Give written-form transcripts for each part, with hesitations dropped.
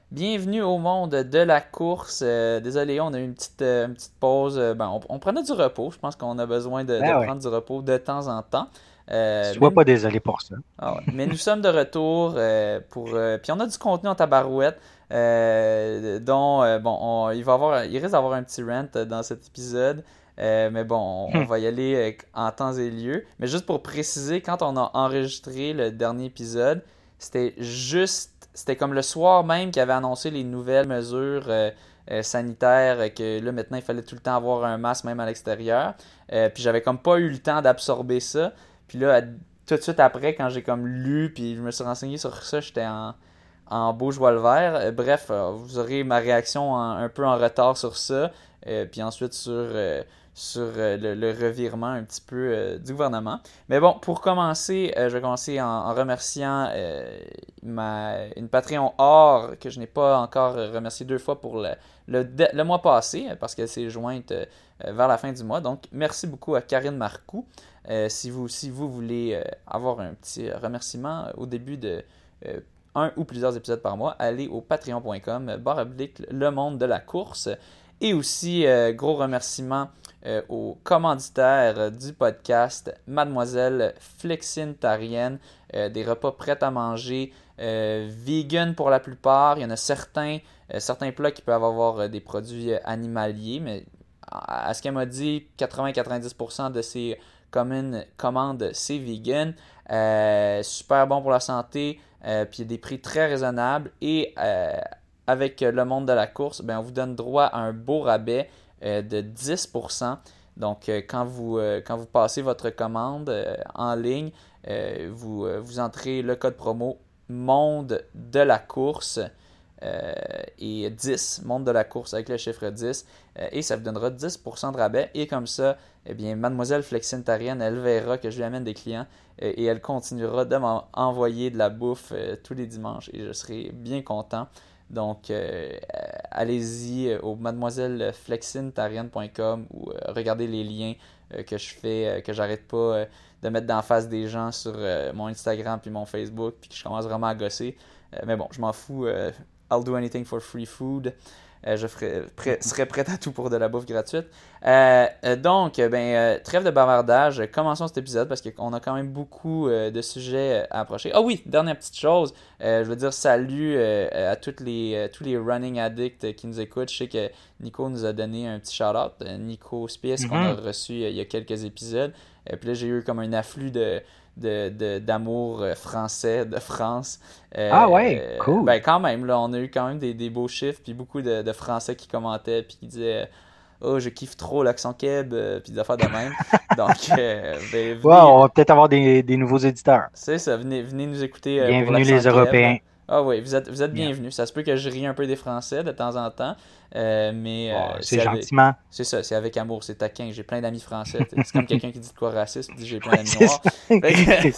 Bienvenue au monde de la course. Désolé, on a eu une petite pause. On prenait du repos. Je pense qu'on a besoin de Ben ouais. prendre du repos de temps en temps. Sois pas désolé pour ça. Mais nous sommes de retour puis on a du contenu en tabarouette, dont il risque d'avoir un petit rant dans cet épisode. Mais bon, on va y aller en temps et lieu. Mais juste pour préciser, quand on a enregistré le dernier épisode, c'était comme le soir même qu'il avait annoncé les nouvelles mesures sanitaires, que là maintenant il fallait tout le temps avoir un masque même à l'extérieur. Puis j'avais comme pas eu le temps d'absorber ça. Puis là, tout de suite après, quand j'ai comme lu, puis je me suis renseigné sur ça, j'étais en beau joie le vert. Bref, vous aurez ma réaction un peu en retard sur ça, puis ensuite sur le revirement un petit peu du gouvernement. Mais bon, pour commencer, je vais commencer en remerciant une Patreon or que je n'ai pas encore remercié 2 fois pour le mois passé, parce qu'elle s'est jointe vers la fin du mois. Donc, merci beaucoup à Karine Marcoux. Si vous voulez avoir un petit remerciement au début de un ou plusieurs épisodes par mois, allez au patreon.com/, le monde de la course. Et aussi, gros remerciement aux commanditaires du podcast, Mademoiselle Flexine Tarienne, des repas prêts à manger, vegan pour la plupart. Il y en a certains plats qui peuvent avoir des produits animaliers, mais à ce qu'elle m'a dit, 80-90% de ces commandes, c'est vegan. Super bon pour la santé, puis des prix très raisonnables. Et avec le monde de la course, ben, on vous donne droit à un beau rabais de 10%. Donc, quand vous passez votre commande en ligne, vous entrez le code promo Monde de la course et 10, Monde de la course avec le chiffre 10, et ça vous donnera 10% de rabais. Et comme ça, eh bien, Mademoiselle Flexine Tarienne, elle verra que je lui amène des clients et elle continuera de m'envoyer de la bouffe tous les dimanches et je serai bien content. Donc, allez-y au mademoiselleflexineTarienne.com ou regardez les liens que je fais, que j'arrête pas de mettre d'en face des gens sur mon Instagram puis mon Facebook, puis que je commence vraiment à gosser. Mais bon, je m'en fous. I'll do anything for free food. Serais prêt à tout pour de la bouffe gratuite. Trêve de bavardage. Commençons cet épisode parce qu'on a quand même beaucoup de sujets à approcher. Ah oui, dernière petite chose. Je veux dire salut à tous les running addicts qui nous écoutent. Je sais que Nico nous a donné un petit shout-out. Nico Spies qu'on a Mhm. reçu il y a quelques épisodes. Puis là, j'ai eu comme un afflux d'amour français de France. Ah ouais, cool. Ben quand même, là, on a eu quand même des beaux chiffres, puis beaucoup de Français qui commentaient, puis qui disaient oh, je kiffe trop l'accent keb, puis des affaires de même. Donc, Ouais, on venez, va peut-être avoir des nouveaux éditeurs. c'est ça, venez nous écouter pour Bienvenue l'accent les keb. Européens. Ah oui, vous êtes Yeah. bienvenus. Ça se peut que je rie un peu des Français de temps en temps, mais Bon, c'est gentiment. c'est ça, c'est avec amour, c'est taquin. J'ai plein d'amis français. C'est comme quelqu'un qui dit de quoi raciste, dit j'ai plein d'amis C'est noirs. ça. Fait que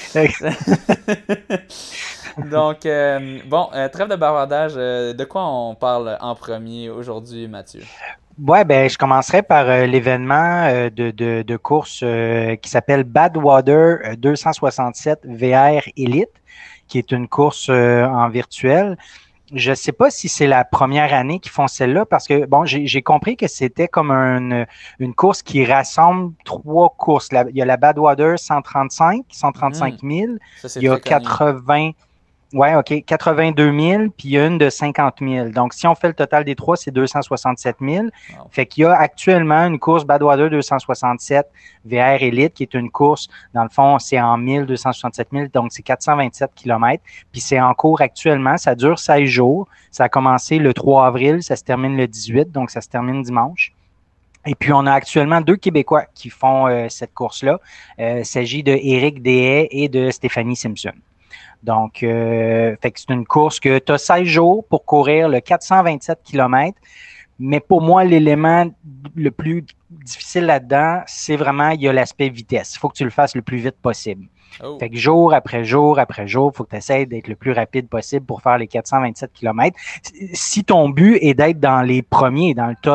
Donc, trêve de bavardage. De quoi on parle en premier aujourd'hui, Mathieu? Ouais, ben, je commencerai par l'événement de course qui s'appelle Badwater 267 VR Elite, qui est une course en virtuel. Je ne sais pas si c'est la première année qu'ils font celle-là parce que, bon, j'ai compris que c'était comme une course qui rassemble 3 courses. Il y a la Badwater 135 Mhm. 000. Ça, c'est Il y a très connu. 80, ouais, OK, 82 000, puis il y a une de 50 000. Donc, si on fait le total des trois, c'est 267 000. Wow. Fait qu'il y a actuellement une course Badwater 267 VR Elite, qui est une course, dans le fond, c'est en 1267 000, donc c'est 427 kilomètres. Puis c'est en cours actuellement, ça dure 16 jours. Ça a commencé le 3 avril, ça se termine le 18, donc ça se termine dimanche. Et puis, on a actuellement 2 Québécois qui font cette course-là. Il s'agit de Éric Deshaies et de Stéphanie Simpson. Donc, fait que c'est une course que tu as 16 jours pour courir le 427 km. Mais pour moi, l'élément le plus difficile là-dedans, c'est vraiment, il y a l'aspect vitesse. Il faut que tu le fasses le plus vite possible. Oh. Fait que jour après jour après jour, il faut que tu essaies d'être le plus rapide possible pour faire les 427 km. Si ton but est d'être dans les premiers,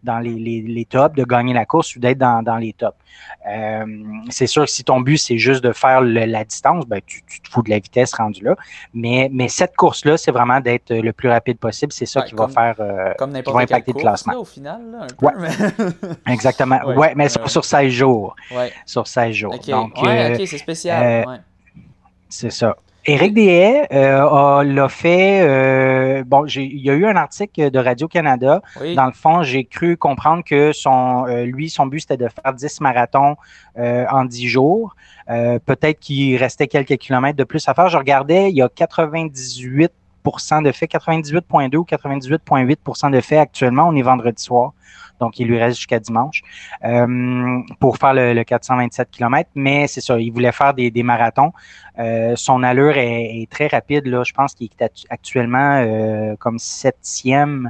les tops, de gagner la course ou d'être dans les tops. C'est sûr que si ton but, c'est juste de faire la distance, ben, tu te fous de la vitesse rendue là. Mais cette course-là, c'est vraiment d'être le plus rapide possible. C'est ça qui va faire comme qui va impacter le classement. Là, au final, là, un peu, mais... Exactement. Mais sur 16 jours. Ouais. Sur 16 jours. Okay. Donc, c'est spécial. C'est ça. Éric Deshaies l'a fait. Il y a eu un article de Radio-Canada. Oui. Dans le fond, j'ai cru comprendre que son but, c'était de faire 10 marathons en 10 jours. Peut-être qu'il restait quelques kilomètres de plus à faire. Je regardais, il y a 98% de fait, 98,2 ou 98,8% de fait actuellement. On est vendredi soir. Donc, il lui reste jusqu'à dimanche pour faire le 427 km. Mais c'est ça, il voulait faire des marathons. Son allure est très rapide. Là. Je pense qu'il est actuellement comme septième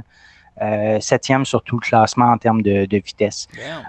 sur tout le classement en termes de vitesse.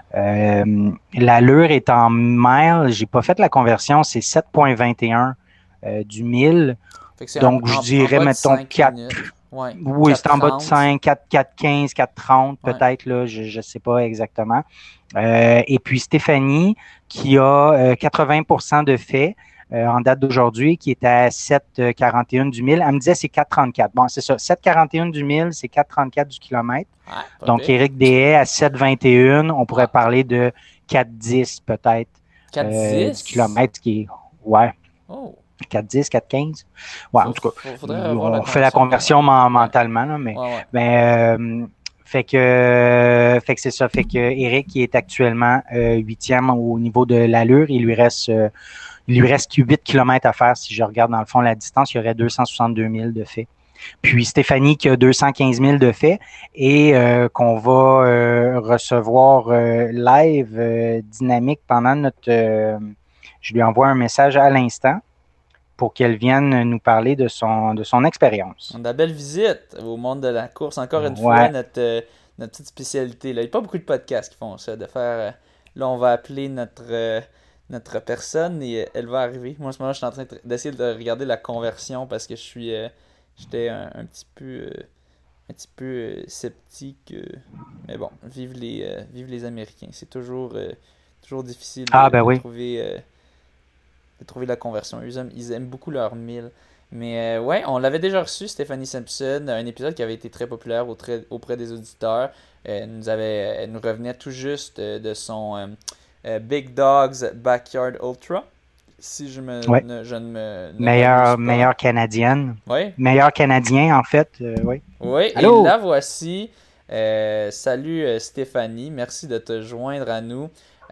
L'allure est en miles. J'ai pas fait la conversion. C'est 7,21 du 1000. Donc, je dirais, mettons, 4... Ouais, oui, c'est en bas de 5, 4,15, 4,30 peut-être, là, je ne sais pas exactement. Et puis Stéphanie, qui a 80% de fait en date d'aujourd'hui, qui est à 7,41 du 1000. Elle me disait c'est 4,34. Bon, c'est ça, 7,41 du 1000, c'est 4,34 du kilomètre. Donc, Éric Deshaies à 7,21, on pourrait parler de 4,10 peut-être. 4,10 du kilomètre, qui est... Ouais. Oh. 4,10, 4,15. Ouais, en tout cas, on fait la conversion mentalement, là, mais fait que c'est ça. Fait que Éric, qui est actuellement 8e au niveau de l'allure, il lui reste 8 km à faire. Si je regarde dans le fond la distance, il y aurait 262 000 de fait. Puis Stéphanie qui a 215 000 de fait et qu'on va recevoir live dynamique pendant notre... je lui envoie un message à l'instant pour qu'elle vienne nous parler de son expérience. On a de belle visite au monde de la course. Encore une fois, notre petite spécialité. Là. Il n'y a pas beaucoup de podcasts qui font ça, de faire... là, on va appeler notre personne et elle va arriver. Moi, en ce moment, je suis en train d'essayer de regarder la conversion parce que j'étais un petit peu sceptique. Mais bon, vive les Américains. C'est toujours difficile de trouver la conversion. Ils aiment beaucoup leur 1000. Mais on l'avait déjà reçu, Stéphanie Simpson, un épisode qui avait été très populaire auprès des auditeurs. Elle nous revenait tout juste de son Big Dogs Backyard Ultra. Si je ne me... Meilleure Canadienne. Oui. Meilleur Canadien, en fait. Oui. Oui, Allô? Et la voici. Salut Stéphanie, merci de te joindre à nous.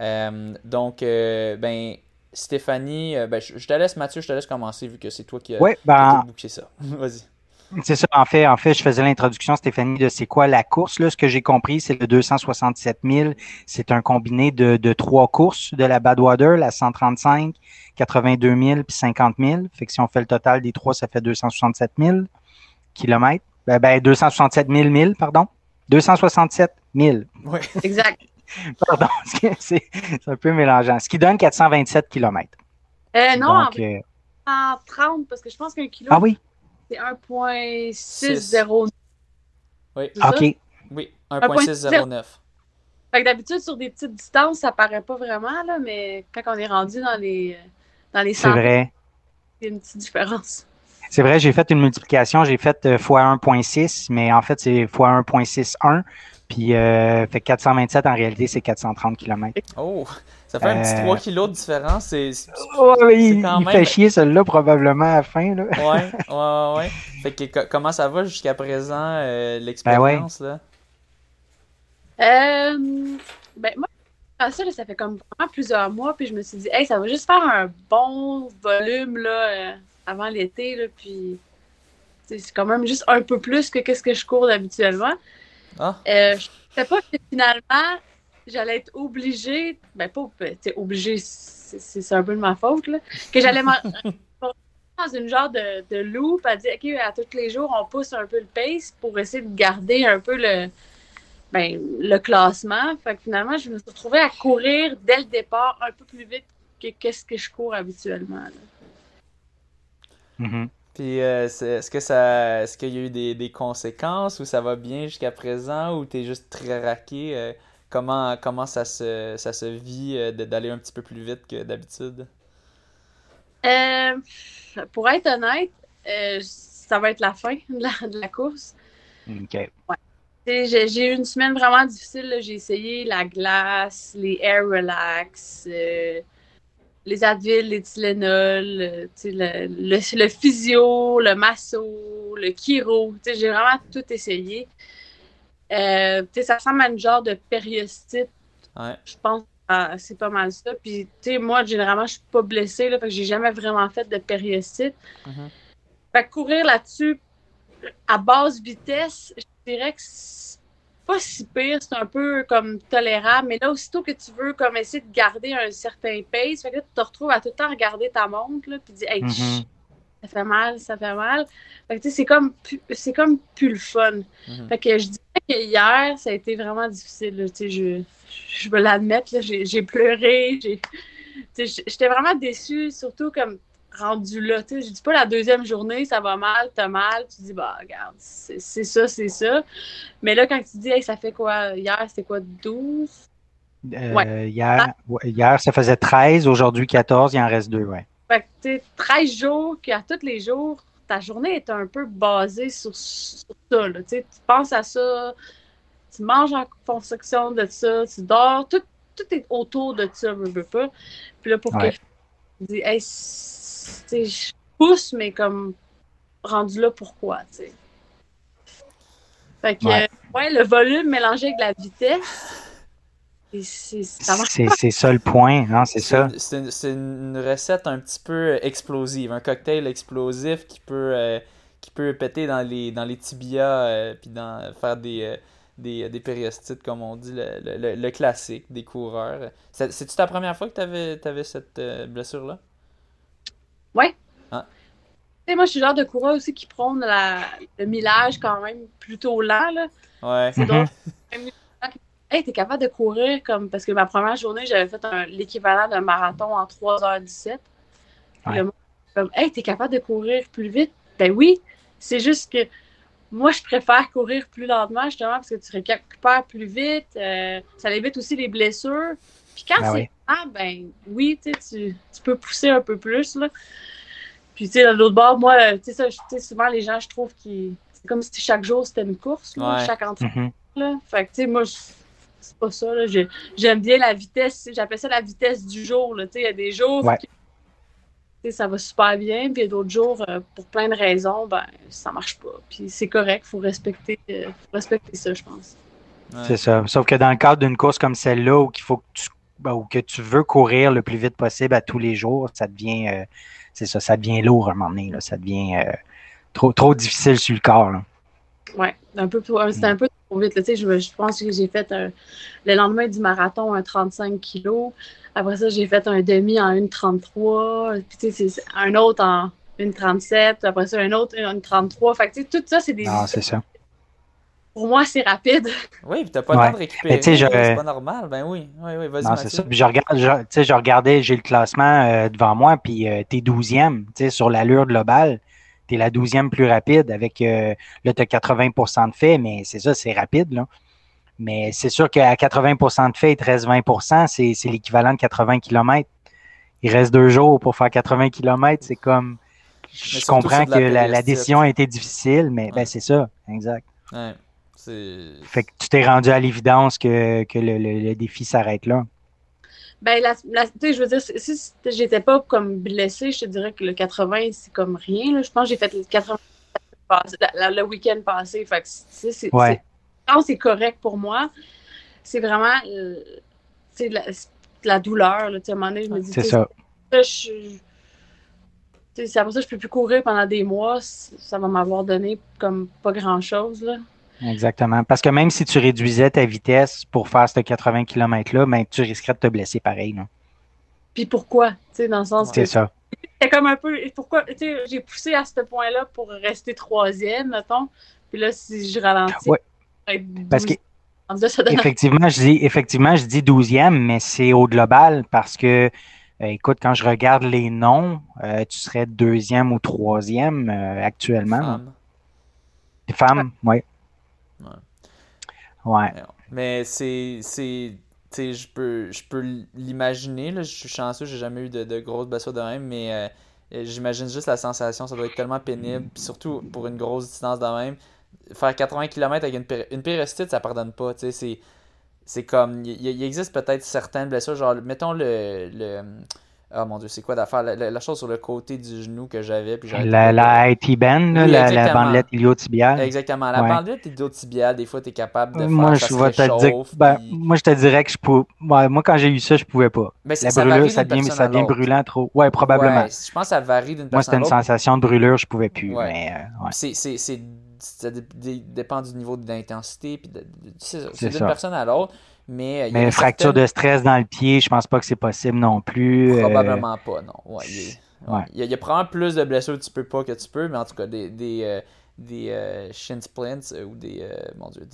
Stéphanie, je te laisse, Mathieu, commencer vu que c'est toi qui as booké ça. Vas-y. C'est ça. En fait, je faisais l'introduction, Stéphanie, de c'est quoi la course. Là, ce que j'ai compris, c'est le 267 000. C'est un combiné de 3 courses de la Badwater, la 135, 82 000 puis 50 000. Fait que si on fait le total des 3, ça fait 267 000 kilomètres. 267 000 milles, pardon. 267 000. Oui, exact. Pardon, c'est un peu mélangeant. Ce qui donne 427 km. Non, donc, en 30, parce que je pense qu'un kilo, c'est 1,609. Oui. OK. Oui, 1,609. Fait que d'habitude, sur des petites distances, ça paraît pas vraiment, là, mais quand on est rendu dans les c'est vrai. Il y a une petite différence. C'est vrai, j'ai fait une multiplication, j'ai fait x 1,6, mais en fait, c'est x 1,61. Puis, fait 427, en réalité, c'est 430 km. Oh, ça fait un petit 3 kilos de différence. Il fait chier, celui-là, probablement, à la fin. Là. Ouais. Fait que comment ça va jusqu'à présent, l'expérience, là? Moi, ça fait comme vraiment plusieurs mois, puis je me suis dit, ça va juste faire un bon volume, là, avant l'été, là, puis c'est quand même juste un peu plus que ce que je cours habituellement. Ah. Je sais pas que finalement, j'allais être obligée, pas obligée, c'est un peu de ma faute, là, que j'allais dans une genre de loop à dire, OK, à tous les jours, on pousse un peu le pace pour essayer de garder un peu le classement. Fait que finalement, je me suis retrouvée à courir dès le départ un peu plus vite que ce que je cours habituellement. Mm-hmm. Puis est-ce qu'il y a eu des conséquences ou ça va bien jusqu'à présent ou t'es juste très raqué? Comment ça se vit d'aller un petit peu plus vite que d'habitude? Pour être honnête, ça va être la fin de la course. OK. Ouais. J'ai eu une semaine vraiment difficile. Là. J'ai essayé la glace, les air relax, les Advil, les Tylenol, le physio, le masso, le chiro. J'ai vraiment tout essayé. Ça ressemble à une genre de périostite. Ouais. Je pense que c'est pas mal ça. Puis, moi, généralement, je suis pas blessée, là, fait que j'ai jamais vraiment fait de périostite. Mm-hmm. Fait que courir là-dessus, à basse vitesse, je dirais que c'est pas si pire, c'est un peu comme tolérable, mais là, aussitôt que tu veux comme essayer de garder un certain pace, fait que là, tu te retrouves à tout le temps regarder ta montre, là, puis dire, hey, ça fait mal, ça fait mal. Fait que, c'est comme plus le fun. Mm-hmm. Fait que je dirais que hier, ça a été vraiment difficile, là, je veux l'admettre, là, j'ai pleuré, j'étais vraiment déçue, surtout comme rendu là, je dis pas la deuxième journée, ça va mal, t'as mal, tu dis, bah, regarde, c'est ça. Mais là, quand tu dis, hey, ça fait quoi, hier, c'était quoi, 12? Ouais. Hier, ça faisait 13, aujourd'hui 14, il en reste 2, ouais. Fait que, 13 jours, qu'à tous les jours, ta journée est un peu basée sur ça, là, tu penses à ça, tu manges en fonction de ça, tu dors, tout est autour de ça, je veux pas. Puis là, pour que tu dis, hey, je pousse, mais comme rendu là, pourquoi, tu sais. Fait que, le volume mélangé avec la vitesse, ça marche pas. C'est ça le point, hein, c'est ça. C'est une recette un petit peu explosive, un cocktail explosif qui peut péter dans les tibias puis faire des périostites, comme on dit, le classique des coureurs. C'est-tu ta première fois que t'avais cette blessure-là? Oui. Ah. Moi, je suis le genre de coureur aussi qui prône le millage quand même plutôt lent, là. Ouais. C'est drôle. Hey, t'es capable de courir comme. Parce que ma première journée, j'avais fait l'équivalent d'un marathon en 3h17. Puis le monde, comme, hey, t'es capable de courir plus vite? Ben oui. C'est juste que moi, je préfère courir plus lentement, justement, parce que tu récupères plus vite. Ça évite aussi les blessures. Puis quand c'est lent, ben oui, tu peux pousser un peu plus, là. Puis, de l'autre bord, moi, souvent, les gens, je trouve c'est comme si chaque jour, c'était une course, là, chaque entraînement. Là. Fait que, moi, c'est pas ça, là. J'aime bien la vitesse. J'appelle ça la vitesse du jour, là. Il y a des jours où ça va super bien, puis il y a d'autres jours, pour plein de raisons, ben, ça marche pas. Puis c'est correct, faut respecter ça, je pense. Ouais. C'est ça. Sauf que dans le cadre d'une course comme celle-là, où il faut que tu veux courir le plus vite possible à tous les jours, ça devient... ça devient lourd à un moment donné. Là. Ça devient trop difficile sur le corps. Oui, c'était un peu trop vite. Là. Je pense que j'ai fait le lendemain du marathon un 35 kilos. Après ça, j'ai fait un demi en 1,33. Puis c'est un autre en 1,37. Après ça, un autre en 1,33. Fait que tout ça, c'est des... Non, c'est ça. Pour moi, c'est rapide. Oui, puis t'as pas le temps de récupérer. C'est pas normal. Ben oui, vas-y, non, c'est ça. Puis je regardais, j'ai le classement devant moi, puis t'es 12e, sur l'allure globale. T'es la 12e plus rapide avec, là, t'as 80% de fait, mais c'est ça, c'est rapide, là. Mais c'est sûr qu'à 80% de fait, il te reste 20%, c'est l'équivalent de 80 km. Il reste 2 jours pour faire 80 km, c'est comme... Je comprends que la décision a été difficile, mais ben c'est ça, exact. Ouais. Fait que tu t'es rendu à l'évidence que le défi s'arrête là. Ben, je veux dire, si j'étais pas comme blessée, je te dirais que le 80, c'est comme rien. Là. Je pense que j'ai fait le 80 le week-end passé. Fait que c'est correct pour moi. C'est vraiment la douleur. Là, à un moment donné, je me dis, c'est ça. C'est après ça que je peux plus courir pendant des mois. Ça va m'avoir donné comme pas grand-chose, là. Exactement. Parce que même si tu réduisais ta vitesse pour faire ce 80 km-là, ben, tu risquerais de te blesser pareil. Non? Puis pourquoi? Dans le sens c'est ça. C'est comme un peu... Pourquoi? J'ai poussé à ce point-là pour rester 3e, mettons. Puis là, si je ralentis... Ouais. Parce que... Effectivement, je dis 12e, mais c'est au global parce que Écoute, quand je regarde les noms, tu serais deuxième ou troisième actuellement. Femme. Les femmes, oui. Ouais. Ouais. Mais tu sais, je peux l'imaginer, là. Je suis chanceux, j'ai jamais eu de grosses blessures de même, mais j'imagine juste la sensation, ça doit être tellement pénible, puis surtout pour une grosse distance de même. Faire 80 km avec une périostite, ça pardonne pas, tu sais, c'est comme, il existe peut-être certaines blessures, genre, mettons ah mon Dieu, c'est quoi d'affaire? La chose sur le côté du genou que j'avais, puis j'arrêtais pas La IT band, Oui, la exactement. bandelette iliotibiale. Exactement. La Ouais. bandelette iliotibiale, des fois, tu es capable de Moi, faire, ça je se vais te dire, réchauffe, puis... moi, je te dirais que je peux. Ouais, moi, quand j'ai eu ça, je pouvais pas. Ben, La ça brûlure, varie ça d'une personne à devient l'autre. brûlant trop. Ouais, probablement. Ouais, je pense que ça varie d'une Moi, personne c'était à une l'autre. sensation de brûlure, je pouvais plus. Ouais. Mais ouais. Ça dépend du niveau d'intensité, puis c'est C'est d'une ça. personne à l'autre, mais il y a Mais des fracture certaines... de stress dans le pied, je pense pas que c'est possible non plus. Probablement pas, non. Ouais, Ouais. il y a probablement plus de blessures que tu peux pas que tu peux, mais en tout cas, des shin splints ou mon Dieu,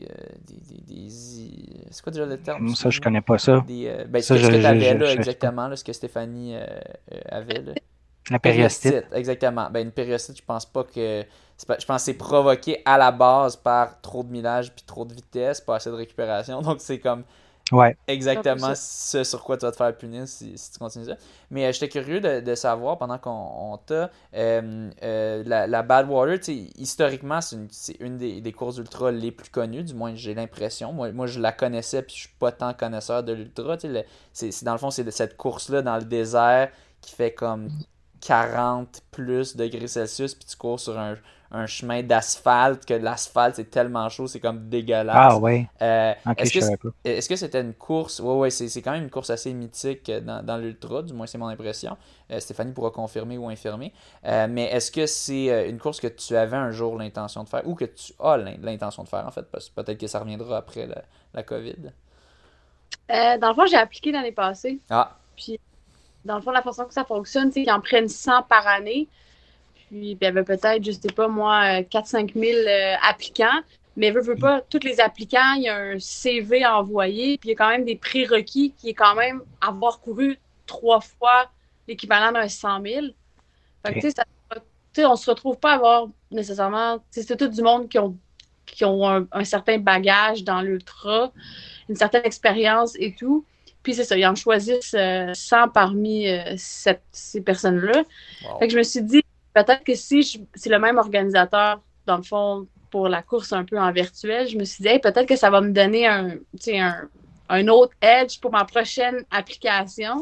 c'est quoi déjà le terme? Ça, je connais pas ça. Ben, Ça, ce que tu avais là, je- exactement, là, ce que Stéphanie avait. Là. La périostite. Exactement. Ben, une périostite, je pense pas que. Je pense que c'est provoqué à la base par trop de millage puis trop de vitesse, pas assez de récupération. Donc, c'est comme Ouais. exactement ce sur quoi tu vas te faire punir si tu continues ça. Mais j'étais curieux de savoir, pendant qu'on t'a, la Badwater, historiquement, c'est une des courses ultra les plus connues, du moins j'ai l'impression. Moi, je la connaissais, puis je suis pas tant connaisseur de l'ultra. Dans le fond, c'est cette course-là dans le désert qui fait comme 40 plus degrés Celsius, puis tu cours sur un chemin d'asphalte, que l'asphalte c'est tellement chaud, c'est comme dégueulasse. Ah ouais. Ok, Est-ce je savais que pas. est-ce que c'était une course? Ouais, c'est quand même une course assez mythique dans l'ultra, du moins c'est mon impression. Stéphanie pourra confirmer ou infirmer. Mais est-ce que c'est une course que tu avais un jour l'intention de faire ou que tu as l'intention de faire en fait? Parce que peut-être que ça reviendra après la COVID. Dans le fond, j'ai appliqué l'année passée. Ah, Puis, dans le fond, la façon que ça fonctionne, c'est qu'ils en prennent 100 par année. Puis, il y avait peut-être, je sais pas moi, 4-5 000 applicants. Mais veut pas, tous les applicants, il y a un CV envoyé. Puis, il y a quand même des prérequis qui est quand même avoir couru 3 fois l'équivalent d'un 100 000. Fait que, tu sais, on se retrouve pas à avoir nécessairement... C'est tout du monde qui ont un certain bagage dans l'ultra, une certaine expérience et tout. Puis c'est ça, ils en choisissent 100 parmi ces personnes-là. wow. Fait que je me suis dit, peut-être que si c'est le même organisateur, dans le fond, pour la course un peu en virtuel, je me suis dit, hey, peut-être que ça va me donner un autre edge pour ma prochaine application.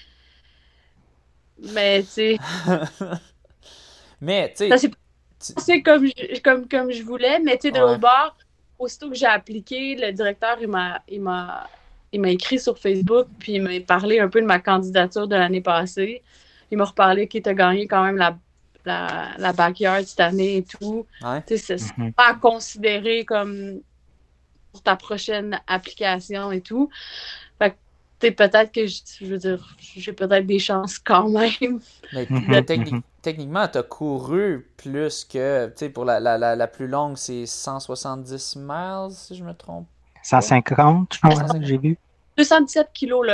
Mais, tu sais... Mais, tu sais... C'est comme je voulais, mais tu sais, de l'autre bord, aussitôt que j'ai appliqué, le directeur, il m'a écrit sur Facebook, puis il m'a parlé un peu de ma candidature de l'année passée. Il m'a reparlé qu'il t'a gagné quand même la backyard cette année et tout. Ouais. Tu sais, c'est pas à considérer comme pour ta prochaine application et tout. Fait que, tu sais, peut-être que, je veux dire, j'ai peut-être des chances quand même. Mais techniquement, tu as couru plus que, tu sais, pour la plus longue, c'est 170 miles, si je me trompe. 150, je pense, j'ai vu. 217 kilos,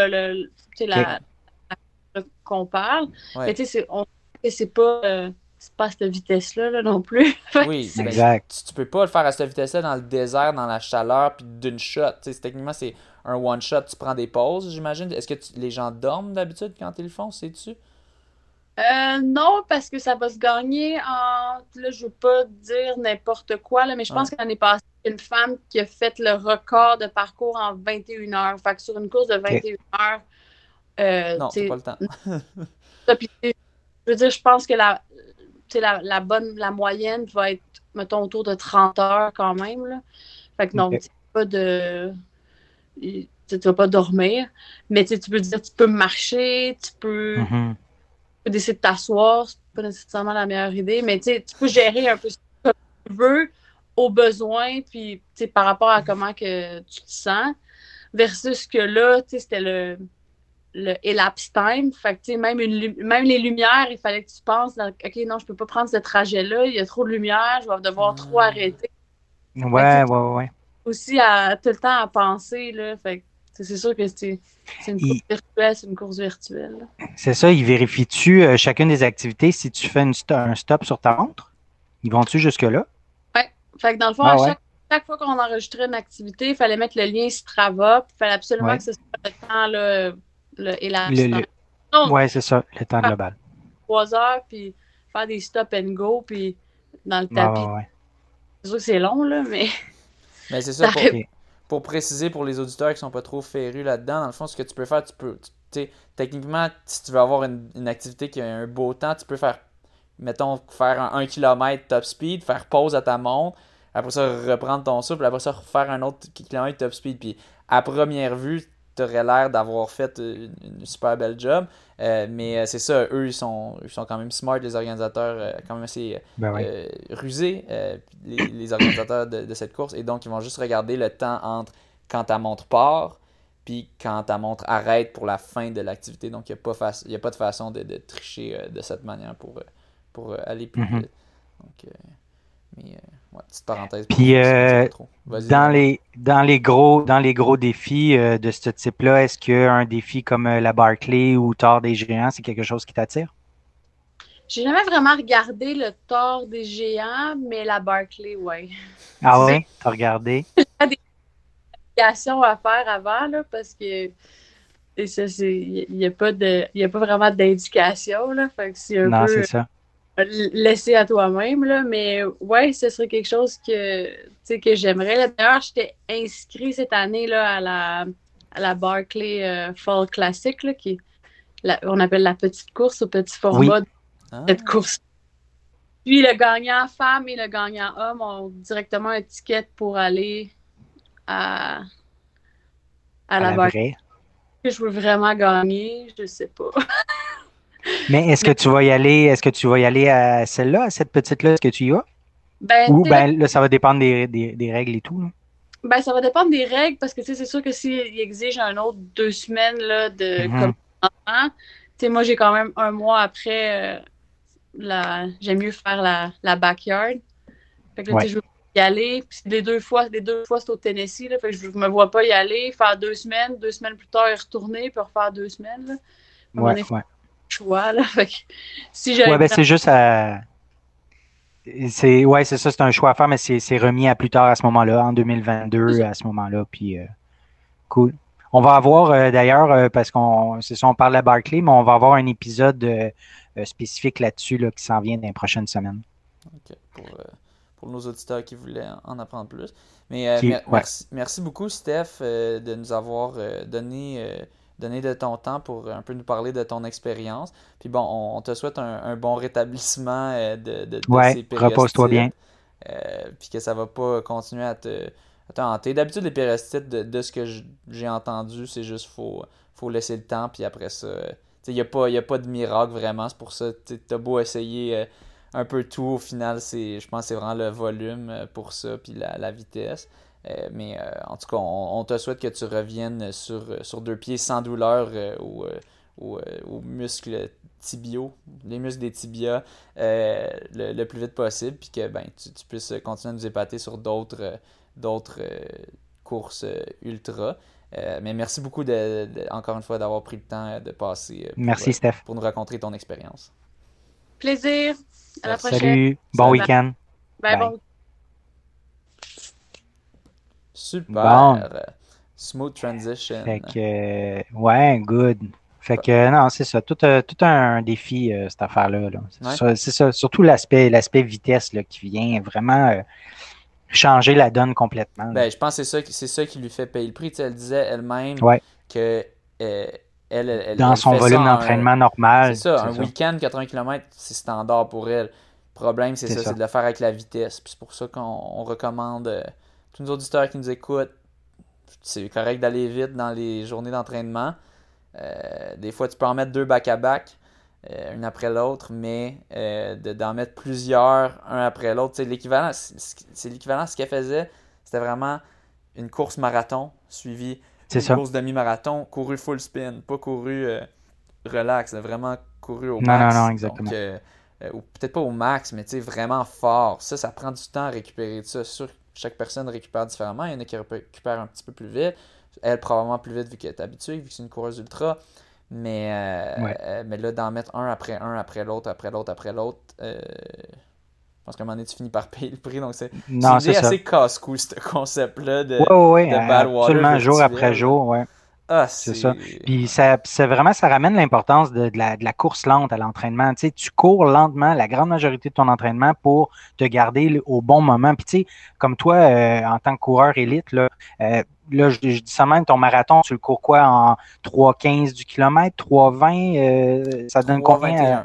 qu'on parle. Ouais. Mais tu sais, c'est pas à cette vitesse-là là, non plus. Oui, exact. Tu peux pas le faire à cette vitesse-là dans le désert, dans la chaleur, puis d'une shot. Tu sais, techniquement, c'est un one-shot, tu prends des pauses, j'imagine. Est-ce que les gens dorment d'habitude quand ils le font, sais-tu? Non, parce que ça va se gagner en... Là, je veux pas dire n'importe quoi, là, mais je pense que l'année passée, une femme qui a fait le record de parcours en 21 heures. Fait que sur une course de 21 heures... non, c'est pas le temps. Je veux dire, je pense que la moyenne va être, mettons, autour de 30 heures quand même. Là. Fait que non, pas de... Tu vas pas dormir, mais tu peux dire, tu peux marcher, tu peux... Tu peux décider de t'asseoir, c'est pas nécessairement la meilleure idée, mais tu peux gérer un peu ce que tu veux aux besoins, puis par rapport à comment que tu te sens, versus que là, c'était le elapsed time, fait que même les lumières, il fallait que tu penses, OK, non, je peux pas prendre ce trajet-là, il y a trop de lumière, je vais devoir trop arrêter. Ouais. Aussi, tout le temps à penser, là, fait que C'est sûr que c'est une course virtuelle, c'est une course virtuelle. Là. C'est ça, ils vérifient-tu chacune des activités si tu fais un stop sur ta montre? Ils vont-tu jusque-là? Oui. Fait que dans le fond, chaque fois qu'on enregistrait une activité, il fallait mettre le lien Strava. Il fallait absolument que ce soit le temps là, et la Oui, c'est ça, le temps global. 3 heures, puis faire des stop and go, puis dans le tapis. C'est sûr que c'est long, là, mais... Mais c'est ça, pour préciser pour les auditeurs qui sont pas trop férus là-dedans, dans le fond, ce que tu peux faire, techniquement, si tu veux avoir une activité qui a un beau temps, tu peux faire, mettons, faire un 1 km top speed, faire pause à ta montre, après ça, reprendre ton souffle, après ça, refaire un autre kilomètre top speed. Puis à première vue, tu aurais l'air d'avoir fait une super belle job. Mais c'est ça, eux, ils sont quand même smart, les organisateurs, quand même assez rusés, les organisateurs de cette course. Et donc, ils vont juste regarder le temps entre quand ta montre part puis quand ta montre arrête pour la fin de l'activité. Donc, il n'y a pas de façon de tricher de cette manière pour aller plus vite. Donc, petite parenthèse. Puis, dans les gros défis de ce type-là, est-ce qu'un défi comme la Barclay ou Tour des Géants, c'est quelque chose qui t'attire? J'ai jamais vraiment regardé le Tour des Géants, mais la Barclay, oui. Ah oui? T'as regardé? Il y a des indications à faire avant, là, parce que il n'y a pas vraiment d'indication, là. Fait que c'est un peu... c'est ça. Laisser à toi-même, là, mais ouais, ce serait quelque chose que j'aimerais. D'ailleurs, j'étais inscrit cette année là, à la Barclay Fall Classic, là, on appelle la petite course au petit format de cette course. Puis le gagnant femme et le gagnant homme ont directement un ticket pour aller à la Barclay. Je veux vraiment gagner, je sais pas. Mais est-ce que tu vas y aller à celle-là, à cette petite-là? Est-ce que tu y vas? Ou là, ça va dépendre des règles et tout. Là. Ben, ça va dépendre des règles parce que c'est sûr que s'il exige un autre 2 semaines là, comme enfant, moi j'ai quand même 1 mois après j'aime mieux faire la backyard. Fait que là, je veux y aller. Puis les deux fois c'est au Tennessee. Là, fait que je me vois pas y aller, faire 2 semaines, 2 semaines plus tard y retourner, puis refaire 2 semaines. Là. Choix, là. Fait que, si c'est juste à. C'est ça, c'est un choix à faire, mais c'est remis à plus tard à ce moment-là, en 2022, à ce moment-là. Puis, cool. On va avoir, d'ailleurs, parce on parle à Barclay, mais on va avoir un épisode spécifique là-dessus là, qui s'en vient dans les prochaines semaines. OK. Pour nos auditeurs qui voulaient en apprendre plus. Mais merci beaucoup, Steph, de nous avoir donné de ton temps pour un peu nous parler de ton expérience. Puis bon, on te souhaite un bon rétablissement de ces périostites. Repose-toi bien. Puis que ça va pas continuer à te hanter. D'habitude, les périostites, de ce que j'ai entendu, c'est juste faut laisser le temps, puis après ça, il n'y a pas de miracle vraiment. C'est pour ça, tu as beau essayer un peu tout, au final, je pense que c'est vraiment le volume pour ça, puis la vitesse. Mais en tout cas, on te souhaite que tu reviennes sur 2 pieds sans douleur aux muscles tibiaux, les muscles des tibias, le plus vite possible, puis que tu puisses continuer à nous épater sur d'autres courses ultra. Mais merci beaucoup encore une fois d'avoir pris le temps de passer merci, Steph. Pour nous raconter ton expérience. Plaisir. À la prochaine. Salut. Bon week-end. Bye. Bon. Super. Bon. Smooth transition. Fait que, good. Fait que, non, c'est ça. Tout un défi, cette affaire-là. Là. C'est ça. Surtout l'aspect vitesse là, qui vient vraiment changer la donne complètement. Je pense que c'est ça qui lui fait payer le prix. Elle disait elle-même que elle dans son volume d'entraînement normal. C'est ça. Un week-end, 80 km, c'est standard pour elle. Le problème, c'est ça, c'est de le faire avec la vitesse. Puis c'est pour ça qu'on recommande tous nos auditeurs qui nous écoutent, c'est correct d'aller vite dans les journées d'entraînement. Des fois, tu peux en mettre 2 back-à-back, une après l'autre, mais d'en mettre plusieurs, un après l'autre. C'est l'équivalent ce qu'elle faisait. C'était vraiment une course marathon suivie d'une course demi-marathon, couru full spin, pas couru relax, vraiment couru au max. Non, exactement. Donc, ou peut-être pas au max, mais vraiment fort. Ça prend du temps à récupérer de ça. C'est sûr que chaque personne récupère différemment. Il y en a qui récupèrent un petit peu plus vite. Elle, probablement plus vite vu qu'elle est habituée, vu que c'est une coureuse ultra. Mais là, d'en mettre un après l'autre, je pense qu'à un moment donné, tu finis par payer le prix. Donc, c'est une idée assez casse-cou, ce concept-là de Badwater absolument, virtuel. jour après jour, ouais. Ah, c'est ça. Puis ça ramène l'importance de la course lente à l'entraînement. Tu sais, tu cours lentement la grande majorité de ton entraînement pour te garder au bon moment. Puis tu sais, comme toi, en tant que coureur élite, là, je dis ça même, ton marathon, tu le cours quoi en 3,15 du kilomètre, 3,20, ça donne combien?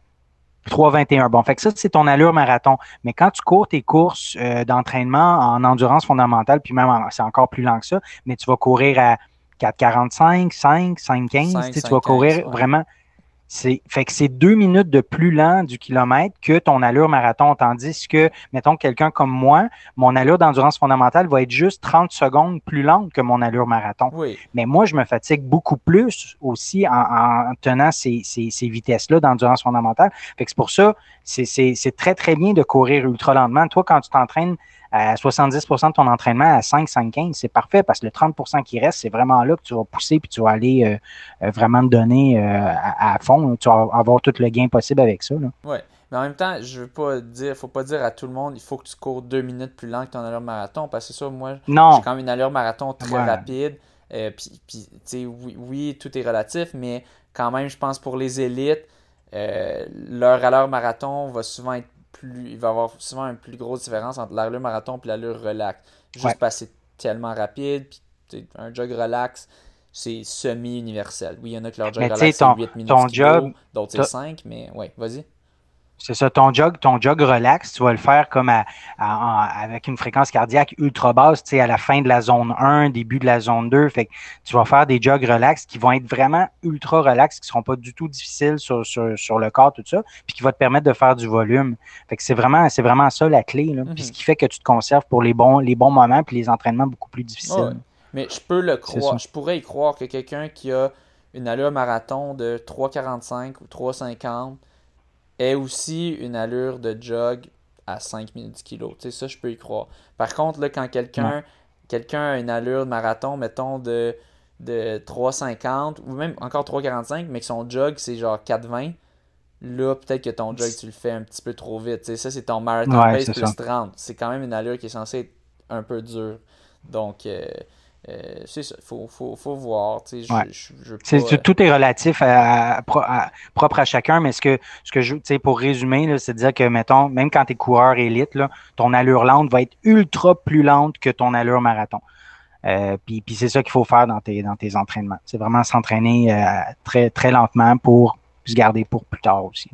3,21. Bon, fait que ça, c'est ton allure marathon. Mais quand tu cours tes courses d'entraînement en endurance fondamentale, puis même c'est encore plus lent que ça, mais tu vas courir à 4,45, 5,15, tu vas courir vraiment. Fait que c'est 2 minutes de plus lent du kilomètre que ton allure marathon. Tandis que, mettons, quelqu'un comme moi, mon allure d'endurance fondamentale va être juste 30 secondes plus lente que mon allure marathon. Oui. Mais moi, je me fatigue beaucoup plus aussi en tenant ces vitesses-là d'endurance fondamentale. Fait que c'est pour ça, c'est très, très bien de courir ultra lentement. Toi, quand tu t'entraînes à 70% de ton entraînement à 5,15, c'est parfait parce que le 30% qui reste, c'est vraiment là que tu vas pousser puis tu vas aller vraiment te donner à fond. Tu vas avoir tout le gain possible avec ça. Oui, mais en même temps, faut pas dire à tout le monde, il faut que tu cours 2 minutes plus lent que ton allure marathon parce que c'est ça, moi, j'ai quand même une allure marathon très rapide. Puis tu sais, oui, tout est relatif, mais quand même, je pense pour les élites, leur allure marathon va souvent être il va y avoir souvent une plus grosse différence entre l'allure marathon et l'allure relax. Juste parce que c'est tellement rapide, puis un jog relax, c'est semi-universel. Oui, il y en a que leur jog relax c'est 8 minutes d'autres c'est 5, mais ouais, vas-y. C'est ça, ton jog relax, tu vas le faire comme avec une fréquence cardiaque ultra basse, tu sais, à la fin de la zone 1, début de la zone 2. Fait que tu vas faire des jogs relax qui vont être vraiment ultra relax, qui ne seront pas du tout difficiles sur le corps, tout ça, puis qui va te permettre de faire du volume. Fait que c'est vraiment ça la clé, là. Puis ce qui fait que tu te conserves pour les bons moments puis les entraînements beaucoup plus difficiles. Ouais. Mais je peux le croire. Je pourrais y croire que quelqu'un qui a une allure marathon de 3,45 ou 3,50 ait aussi une allure de jog à 5 minutes du kilo. Tu sais, ça, je peux y croire. Par contre, là, quand quelqu'un a une allure de marathon, mettons, de 3,50 ou même encore 3,45, mais que son jog, c'est genre 4,20, là, peut-être que ton jog, tu le fais un petit peu trop vite. Tu sais, ça, c'est ton marathon pace plus 30. C'est quand même une allure qui est censée être un peu dure. Donc, c'est ça, faut voir. Tout est relatif propre à chacun, mais ce que je pour résumer, là, c'est de dire que, mettons, même quand tu es coureur élite, là, ton allure lente va être ultra plus lente que ton allure marathon. Puis c'est ça qu'il faut faire dans tes entraînements. C'est vraiment s'entraîner très, très lentement pour se garder pour plus tard aussi.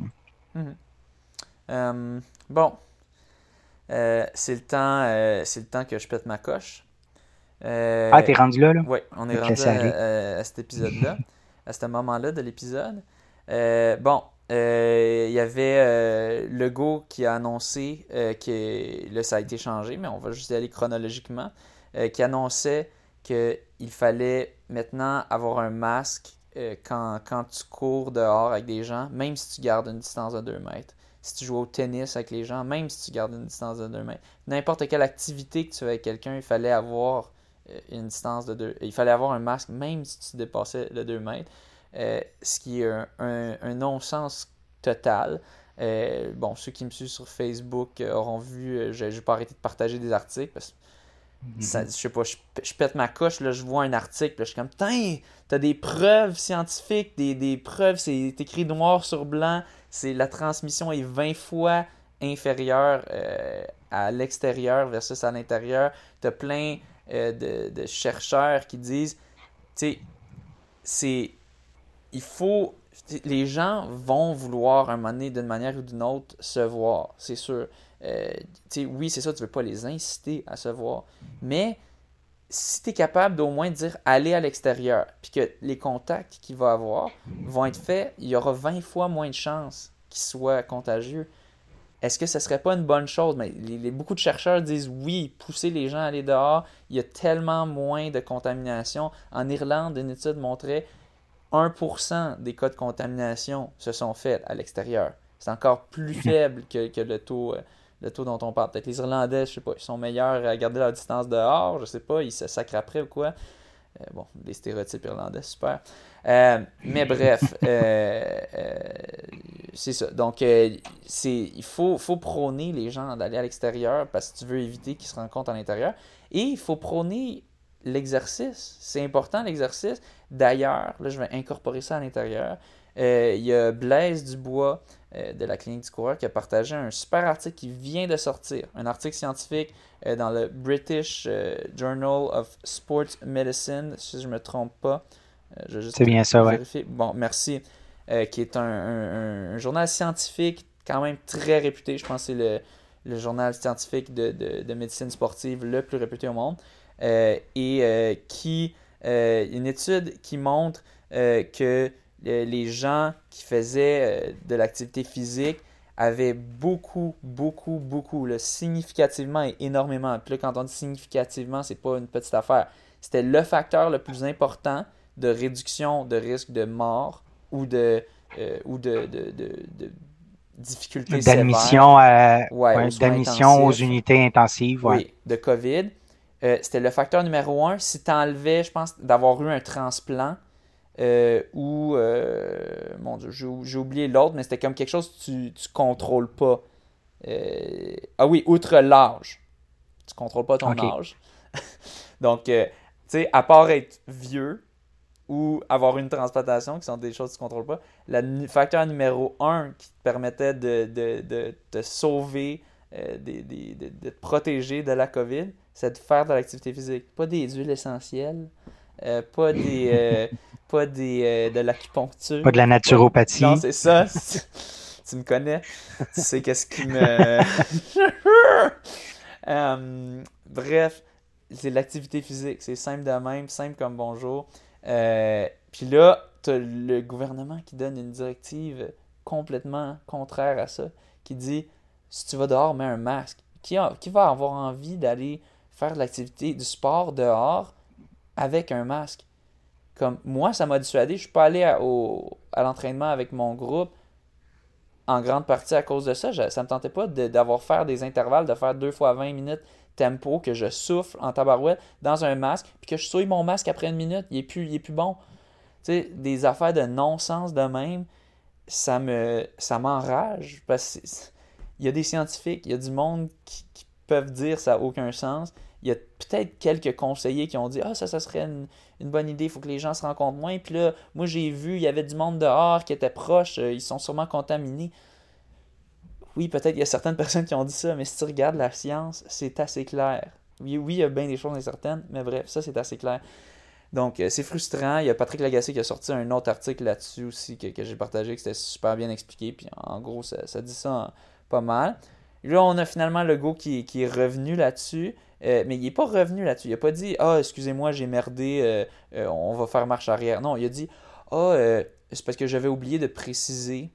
Bon. C'est le temps que je pète ma coche. T'es rendu là? Oui, on est rendu à cet épisode-là, à ce moment-là de l'épisode. Il y avait Legault qui a annoncé que là, ça a été changé, mais on va juste y aller chronologiquement, qui annonçait qu'il fallait maintenant avoir un masque quand tu cours dehors avec des gens, même si tu gardes une distance de 2 mètres. Si tu joues au tennis avec les gens, même si tu gardes une distance de 2 mètres. N'importe quelle activité que tu fais avec quelqu'un, il fallait avoir une distance de 2. Il fallait avoir un masque même si tu dépassais le 2 mètres. Ce qui est un non-sens total. Ceux qui me suivent sur Facebook auront vu, je n'ai pas arrêté de partager des articles parce que je sais pas, je pète ma coche, là, je vois un article, là, je suis comme, putain, t'as des preuves scientifiques, des preuves, c'est écrit noir sur blanc, la transmission est 20 fois inférieure à l'extérieur versus à l'intérieur. T'as plein de chercheurs qui disent, tu sais, les gens vont vouloir un moment donné, d'une manière ou d'une autre, se voir, c'est sûr. Oui, c'est ça, tu veux pas les inciter à se voir, mais si tu es capable d'au moins dire aller à l'extérieur, puis que les contacts qu'il va avoir vont être faits, il y aura 20 fois moins de chances qu'ils soient contagieux. Est-ce que ce serait pas une bonne chose? Mais beaucoup de chercheurs disent oui, pousser les gens à aller dehors, il y a tellement moins de contamination. En Irlande, une étude montrait 1% des cas de contamination se sont faits à l'extérieur. C'est encore plus faible que le taux dont on parle. Peut-être les Irlandais, je sais pas, ils sont meilleurs à garder leur distance dehors, je sais pas, ils se sacrent après ou quoi. Bon, les stéréotypes irlandais, super. Mais bref, c'est ça. Donc, il faut prôner les gens d'aller à l'extérieur parce que tu veux éviter qu'ils se rencontrent à l'intérieur. Et il faut prôner l'exercice. C'est important, l'exercice. D'ailleurs, là, je vais incorporer ça à l'intérieur. Il y a Blaise Dubois de la Clinique du coureur qui a partagé un super article qui vient de sortir. Un article scientifique dans le British Journal of Sports Medicine, si je ne me trompe pas. C'est bien ça, vérifier. Bon, merci. Qui est un journal scientifique quand même très réputé. Je pense que c'est le journal scientifique de médecine sportive le plus réputé au monde. Une étude qui montre que les gens qui faisaient de l'activité physique avaient beaucoup, significativement et énormément. Puis là, quand on dit significativement, c'est pas une petite affaire. C'était le facteur le plus important de réduction de risque de mort ou de difficultés d'admission sévères. d'admission aux unités intensives. Ouais. Oui, de COVID. C'était le facteur numéro 1. Si tu enlevais, je pense, d'avoir eu un transplant mon Dieu, j'ai oublié l'autre, mais c'était comme quelque chose que tu ne contrôles pas. Oui, outre l'âge. Tu ne contrôles pas ton âge. Donc, tu sais, à part être vieux ou avoir une transplantation, qui sont des choses que tu ne contrôles pas, le facteur numéro 1 qui te permettait de te sauver, de te protéger de la COVID, c'est de faire de l'activité physique. Pas des huiles essentielles, pas de l'acupuncture. Pas de la naturopathie. Non, c'est ça. Tu me connais. Tu sais qu'est-ce qui me... bref, c'est l'activité physique. C'est simple de même, simple comme bonjour. Puis là, tu as le gouvernement qui donne une directive complètement contraire à ça, qui dit, si tu vas dehors, mets un masque. Qui va avoir envie d'aller faire de l'activité, du sport dehors avec un masque? Comme moi, ça m'a dissuadé. Je ne suis pas allé à l'entraînement avec mon groupe en grande partie à cause de ça. Ça ne me tentait pas d'avoir faire des intervalles, de faire 2 fois 20 minutes tempo, que je souffle en tabarouette dans un masque, puis que je souille mon masque après 1 minute. Il est plus bon. Tu sais, des affaires de non-sens de même, ça m'enrage. Parce qu'il y a des scientifiques, il y a du monde qui peuvent dire ça n'a aucun sens. Il y a peut-être quelques conseillers qui ont dit « Ah, ça serait une bonne idée, il faut que les gens se rencontrent moins. » Puis là, moi j'ai vu, il y avait du monde dehors qui était proche, ils sont sûrement contaminés. Oui, peut-être il y a certaines personnes qui ont dit ça, mais si tu regardes la science, c'est assez clair. Oui, il y a bien des choses incertaines, mais bref, ça c'est assez clair. Donc, c'est frustrant. Il y a Patrick Lagacé qui a sorti un autre article là-dessus aussi que j'ai partagé, que c'était super bien expliqué. Puis en gros, ça dit ça pas mal. Là, on a finalement Legault qui est revenu là-dessus. Mais il n'est pas revenu là-dessus. Il n'a pas dit « Ah, excusez-moi, j'ai merdé, on va faire marche arrière. » Non, il a dit « c'est parce que j'avais oublié de préciser.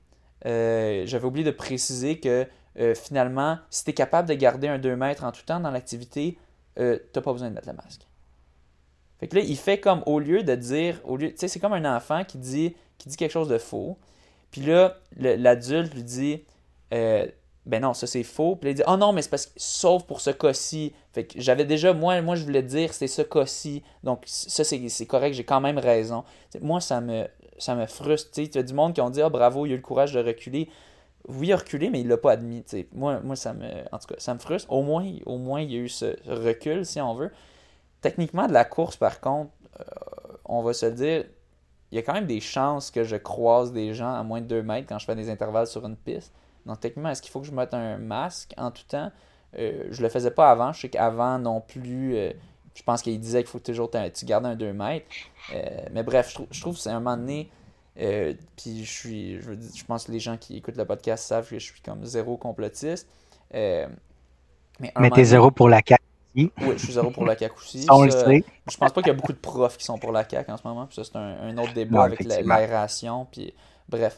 Que finalement, si tu es capable de garder un 2 mètres en tout temps dans l'activité, tu n'as pas besoin de mettre le masque. » Fait que là, il fait comme, au lieu de dire, tu sais, c'est comme un enfant qui dit quelque chose de faux. Puis là, l'adulte lui dit ben non, ça c'est faux. Puis là, il dit, oh non, mais c'est parce que, sauf pour ce cas-ci. Fait que j'avais déjà, moi je voulais dire, c'est ce cas-ci. Donc, ça c'est correct, j'ai quand même raison. T'sais, moi, ça me frustre. Tu as du monde qui ont dit, bravo, il a eu le courage de reculer. Oui, il a reculé, mais il l'a pas admis. T'sais. Moi, en tout cas, ça me frustre. Au moins, il y a eu ce recul, si on veut. Techniquement, de la course, par contre, on va se le dire, il y a quand même des chances que je croise des gens à moins de 2 mètres quand je fais des intervalles sur une piste. Donc, techniquement, est-ce qu'il faut que je mette un masque en tout temps? Je le faisais pas avant. Je sais qu'avant non plus, je pense qu'il disait qu'il faut toujours tu gardes un 2 mètres. Mais bref, je trouve que c'est un moment donné. Puis je pense que les gens qui écoutent le podcast savent que je suis comme zéro complotiste. Mais t'es zéro pour la CAQ aussi. Oui, je suis zéro pour la CAQ aussi. On le sait. Je pense pas qu'il y a beaucoup de profs qui sont pour la CAQ en ce moment. Puis ça, c'est un autre débat avec l'aération. Puis bref.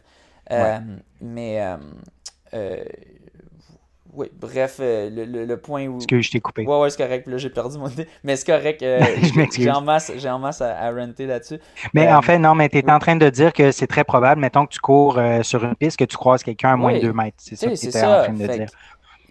Oui, bref, le point où... Est-ce que je t'ai coupé? Ouais, c'est correct. Puis là, j'ai perdu mon idée. Mais c'est correct. J'ai en masse à ranter là-dessus. Mais en fait, non, mais tu es en train de dire que c'est très probable, mettons que tu cours sur une piste, que tu croises quelqu'un à moins de 2 mètres. C'est ça que tu étais en train de dire.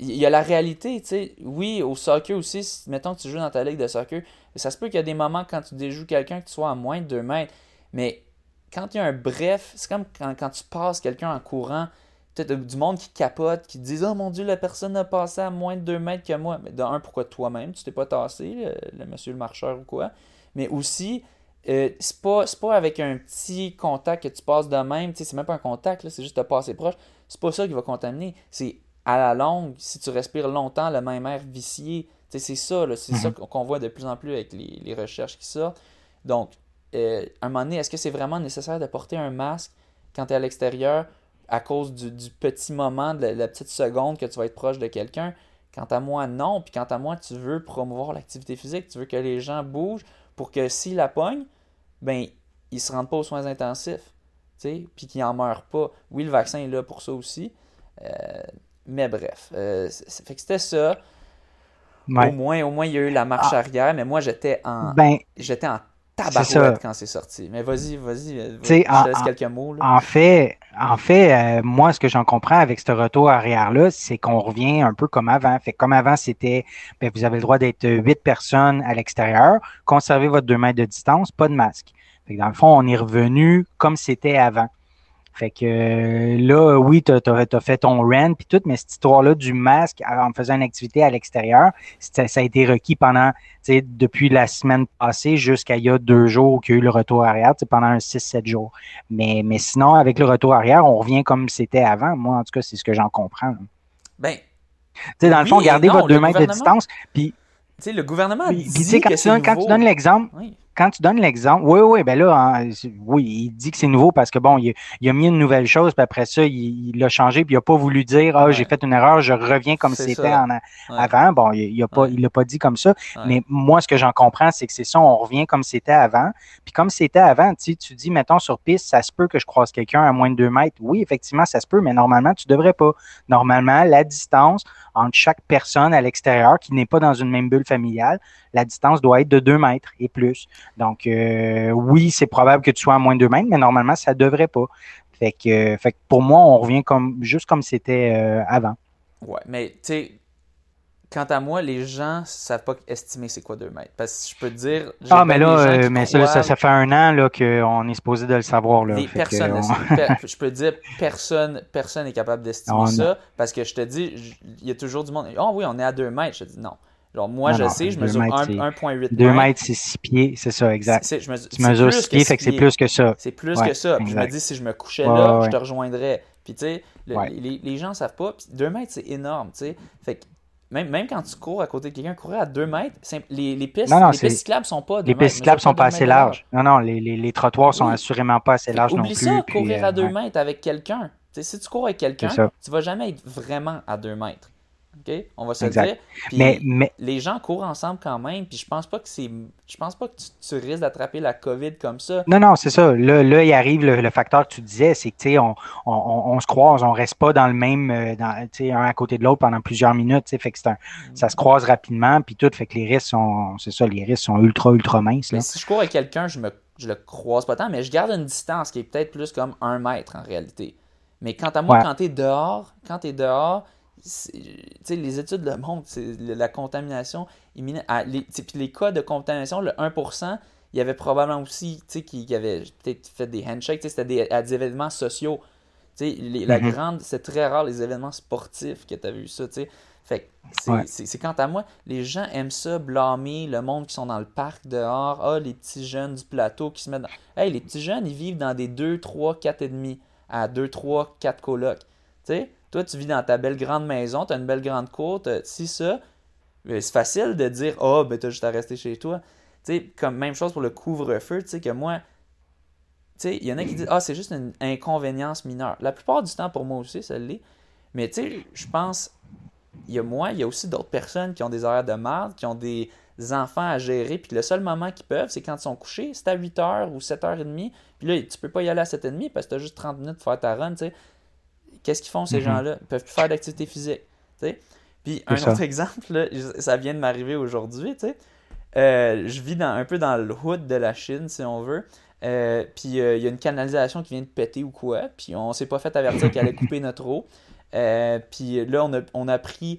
il y a la réalité, tu sais. Oui, au soccer aussi, mettons que tu joues dans ta ligue de soccer, ça se peut qu'il y a des moments quand tu déjoues quelqu'un que tu sois à moins de 2 mètres. Mais quand il y a un bref, c'est comme quand tu passes quelqu'un en courant, tu as du monde qui capote, qui te dit oh mon Dieu, la personne a passé à moins de 2 mètres que moi. Mais pourquoi toi-même, tu t'es pas tassé, le monsieur le marcheur ou quoi. Mais aussi, c'est pas avec un petit contact que tu passes de même, c'est même pas un contact, là, c'est juste de passer proche. C'est pas ça qui va contaminer. C'est à la longue, si tu respires longtemps le même air vicié, c'est ça, là, c'est ça qu'on voit de plus en plus avec les recherches qui sortent. Donc, à un moment donné, est-ce que c'est vraiment nécessaire de porter un masque quand tu es à l'extérieur à cause du petit moment, de la petite seconde que tu vas être proche de quelqu'un? Quant à moi, non. Puis quant à moi, tu veux promouvoir l'activité physique, tu veux que les gens bougent pour que s'ils la pognent, ben, ils ne se rendent pas aux soins intensifs, puis qu'ils n'en meurent pas. Oui, le vaccin est là pour ça aussi. Mais bref, fait que c'était ça. Ouais. Au moins, il y a eu la marche arrière, mais moi, j'étais en tabarouette quand c'est sorti. Mais vas-y, je te laisse quelques mots. Là. En fait, moi, ce que j'en comprends avec ce retour arrière-là, c'est qu'on revient un peu comme avant. Fait que comme avant, c'était, vous avez le droit d'être 8 personnes à l'extérieur, conservez votre 2 mètres de distance, pas de masque. Fait que dans le fond, on est revenu comme c'était avant. Fait que là, oui, t'as fait ton rent puis tout, mais cette histoire-là du masque en faisant une activité à l'extérieur, ça a été requis depuis la semaine passée jusqu'à il y a 2 jours qu'il y a eu le retour arrière, pendant un 6-7 jours. Mais sinon, avec le retour arrière, on revient comme c'était avant. Moi, en tout cas, c'est ce que j'en comprends. Ben, dans le fond, gardez votre 2 mètres de distance, puis le gouvernement dit que c'est nouveau. Quand tu donnes l'exemple, oui, ben là, oui, il dit que c'est nouveau parce que bon, il a mis une nouvelle chose, puis après ça, il l'a changé, puis il n'a pas voulu dire j'ai fait une erreur, je reviens comme c'était avant. Bon, il l'a pas dit comme ça, mais moi, ce que j'en comprends, c'est que c'est ça, on revient comme c'était avant. Puis comme c'était avant, tu dis, mettons, sur piste, ça se peut que je croise quelqu'un à moins de 2 mètres. Oui, effectivement, ça se peut, mais normalement, tu devrais pas. Normalement, la distance entre chaque personne à l'extérieur qui n'est pas dans une même bulle familiale, la distance doit être de 2 mètres et plus. Donc, oui, c'est probable que tu sois à moins de 2 mètres, mais normalement, ça ne devrait pas. Fait que pour moi, on revient juste comme c'était avant. Ouais, mais tu sais, quant à moi, les gens ne savent pas estimer c'est quoi 2 mètres. Parce que je peux te dire... mais là, ça fait 1 an là, qu'on est supposé de le savoir. Là. Je peux te dire, personne n'est capable d'estimer ça. Parce que je te dis, il y a toujours du monde. Ah oui, on est à 2 mètres. Je te dis non. Genre, moi, je sais, je mesure 1,8 mètres. 2 mètres, c'est 6 pieds, c'est ça, exact. Tu mesures 6 pieds, fait que c'est plus que ça. C'est plus que ça. Puis je me dis, si je me couchais là, je te rejoindrais. Puis tu sais, les gens ne savent pas. Puis 2 mètres, c'est énorme, tu sais. Fait que même quand tu cours à côté de quelqu'un, courir à 2 mètres, les pistes cyclables sont pas 2 mètres. Les pistes cyclables sont pas assez larges. Non, les trottoirs sont assurément pas assez larges non plus. Oublie ça, courir à 2 mètres avec quelqu'un. Tu sais, si tu cours avec quelqu'un, tu vas jamais être vraiment à 2 mètres. Okay? On va se dire. Puis mais les gens courent ensemble quand même, puis je pense pas que tu risques d'attraper la COVID comme ça. Non, c'est ça. Là, il arrive le facteur que tu disais, c'est que tu sais, on se croise, on reste pas dans le même un à côté de l'autre pendant plusieurs minutes, fait que ça se croise rapidement, puis tout, fait que les risques sont ultra minces. Là. Mais si je cours avec quelqu'un, je le croise pas tant, mais je garde une distance qui est peut-être plus comme 1 mètre en réalité. Mais quant à moi, quand t'es dehors, les études le montrent, c'est la contamination imminente. Puis les cas de contamination, le 1%, il y avait probablement aussi qui avaient peut-être fait des handshakes, c'était à des événements sociaux. La grande, c'est très rare les événements sportifs que tu as vu ça. Fait que c'est quant à moi, les gens aiment ça, blâmer le monde qui sont dans le parc dehors. Les petits jeunes du plateau qui se mettent dans. Hey, les petits jeunes, ils vivent dans des 2, 3, 4 et demi à 2, 3, 4 colocs. Toi, tu vis dans ta belle grande maison, tu as une belle grande cour, ça. C'est facile de dire ben t'as juste à rester chez toi. Comme même chose pour le couvre-feu, que moi, il y en a qui disent c'est juste une inconvénience mineure. La plupart du temps, pour moi aussi, ça l'est. Mais je pense, il y a aussi d'autres personnes qui ont des horaires de merde, qui ont des enfants à gérer, puis le seul moment qu'ils peuvent, c'est quand ils sont couchés, c'est à 8h ou 7h30, puis là, tu peux pas y aller à 7h30 parce que tu as juste 30 minutes pour faire ta run, Qu'est-ce qu'ils font, ces gens-là? Ils peuvent plus faire d'activité physique. Puis un autre exemple, là, ça vient de m'arriver aujourd'hui. Je vis un peu dans le hood de la Chine, si on veut. Puis il y a une canalisation qui vient de péter ou quoi. Puis on s'est pas fait avertir qu'elle allait couper notre eau. Puis là, on a pris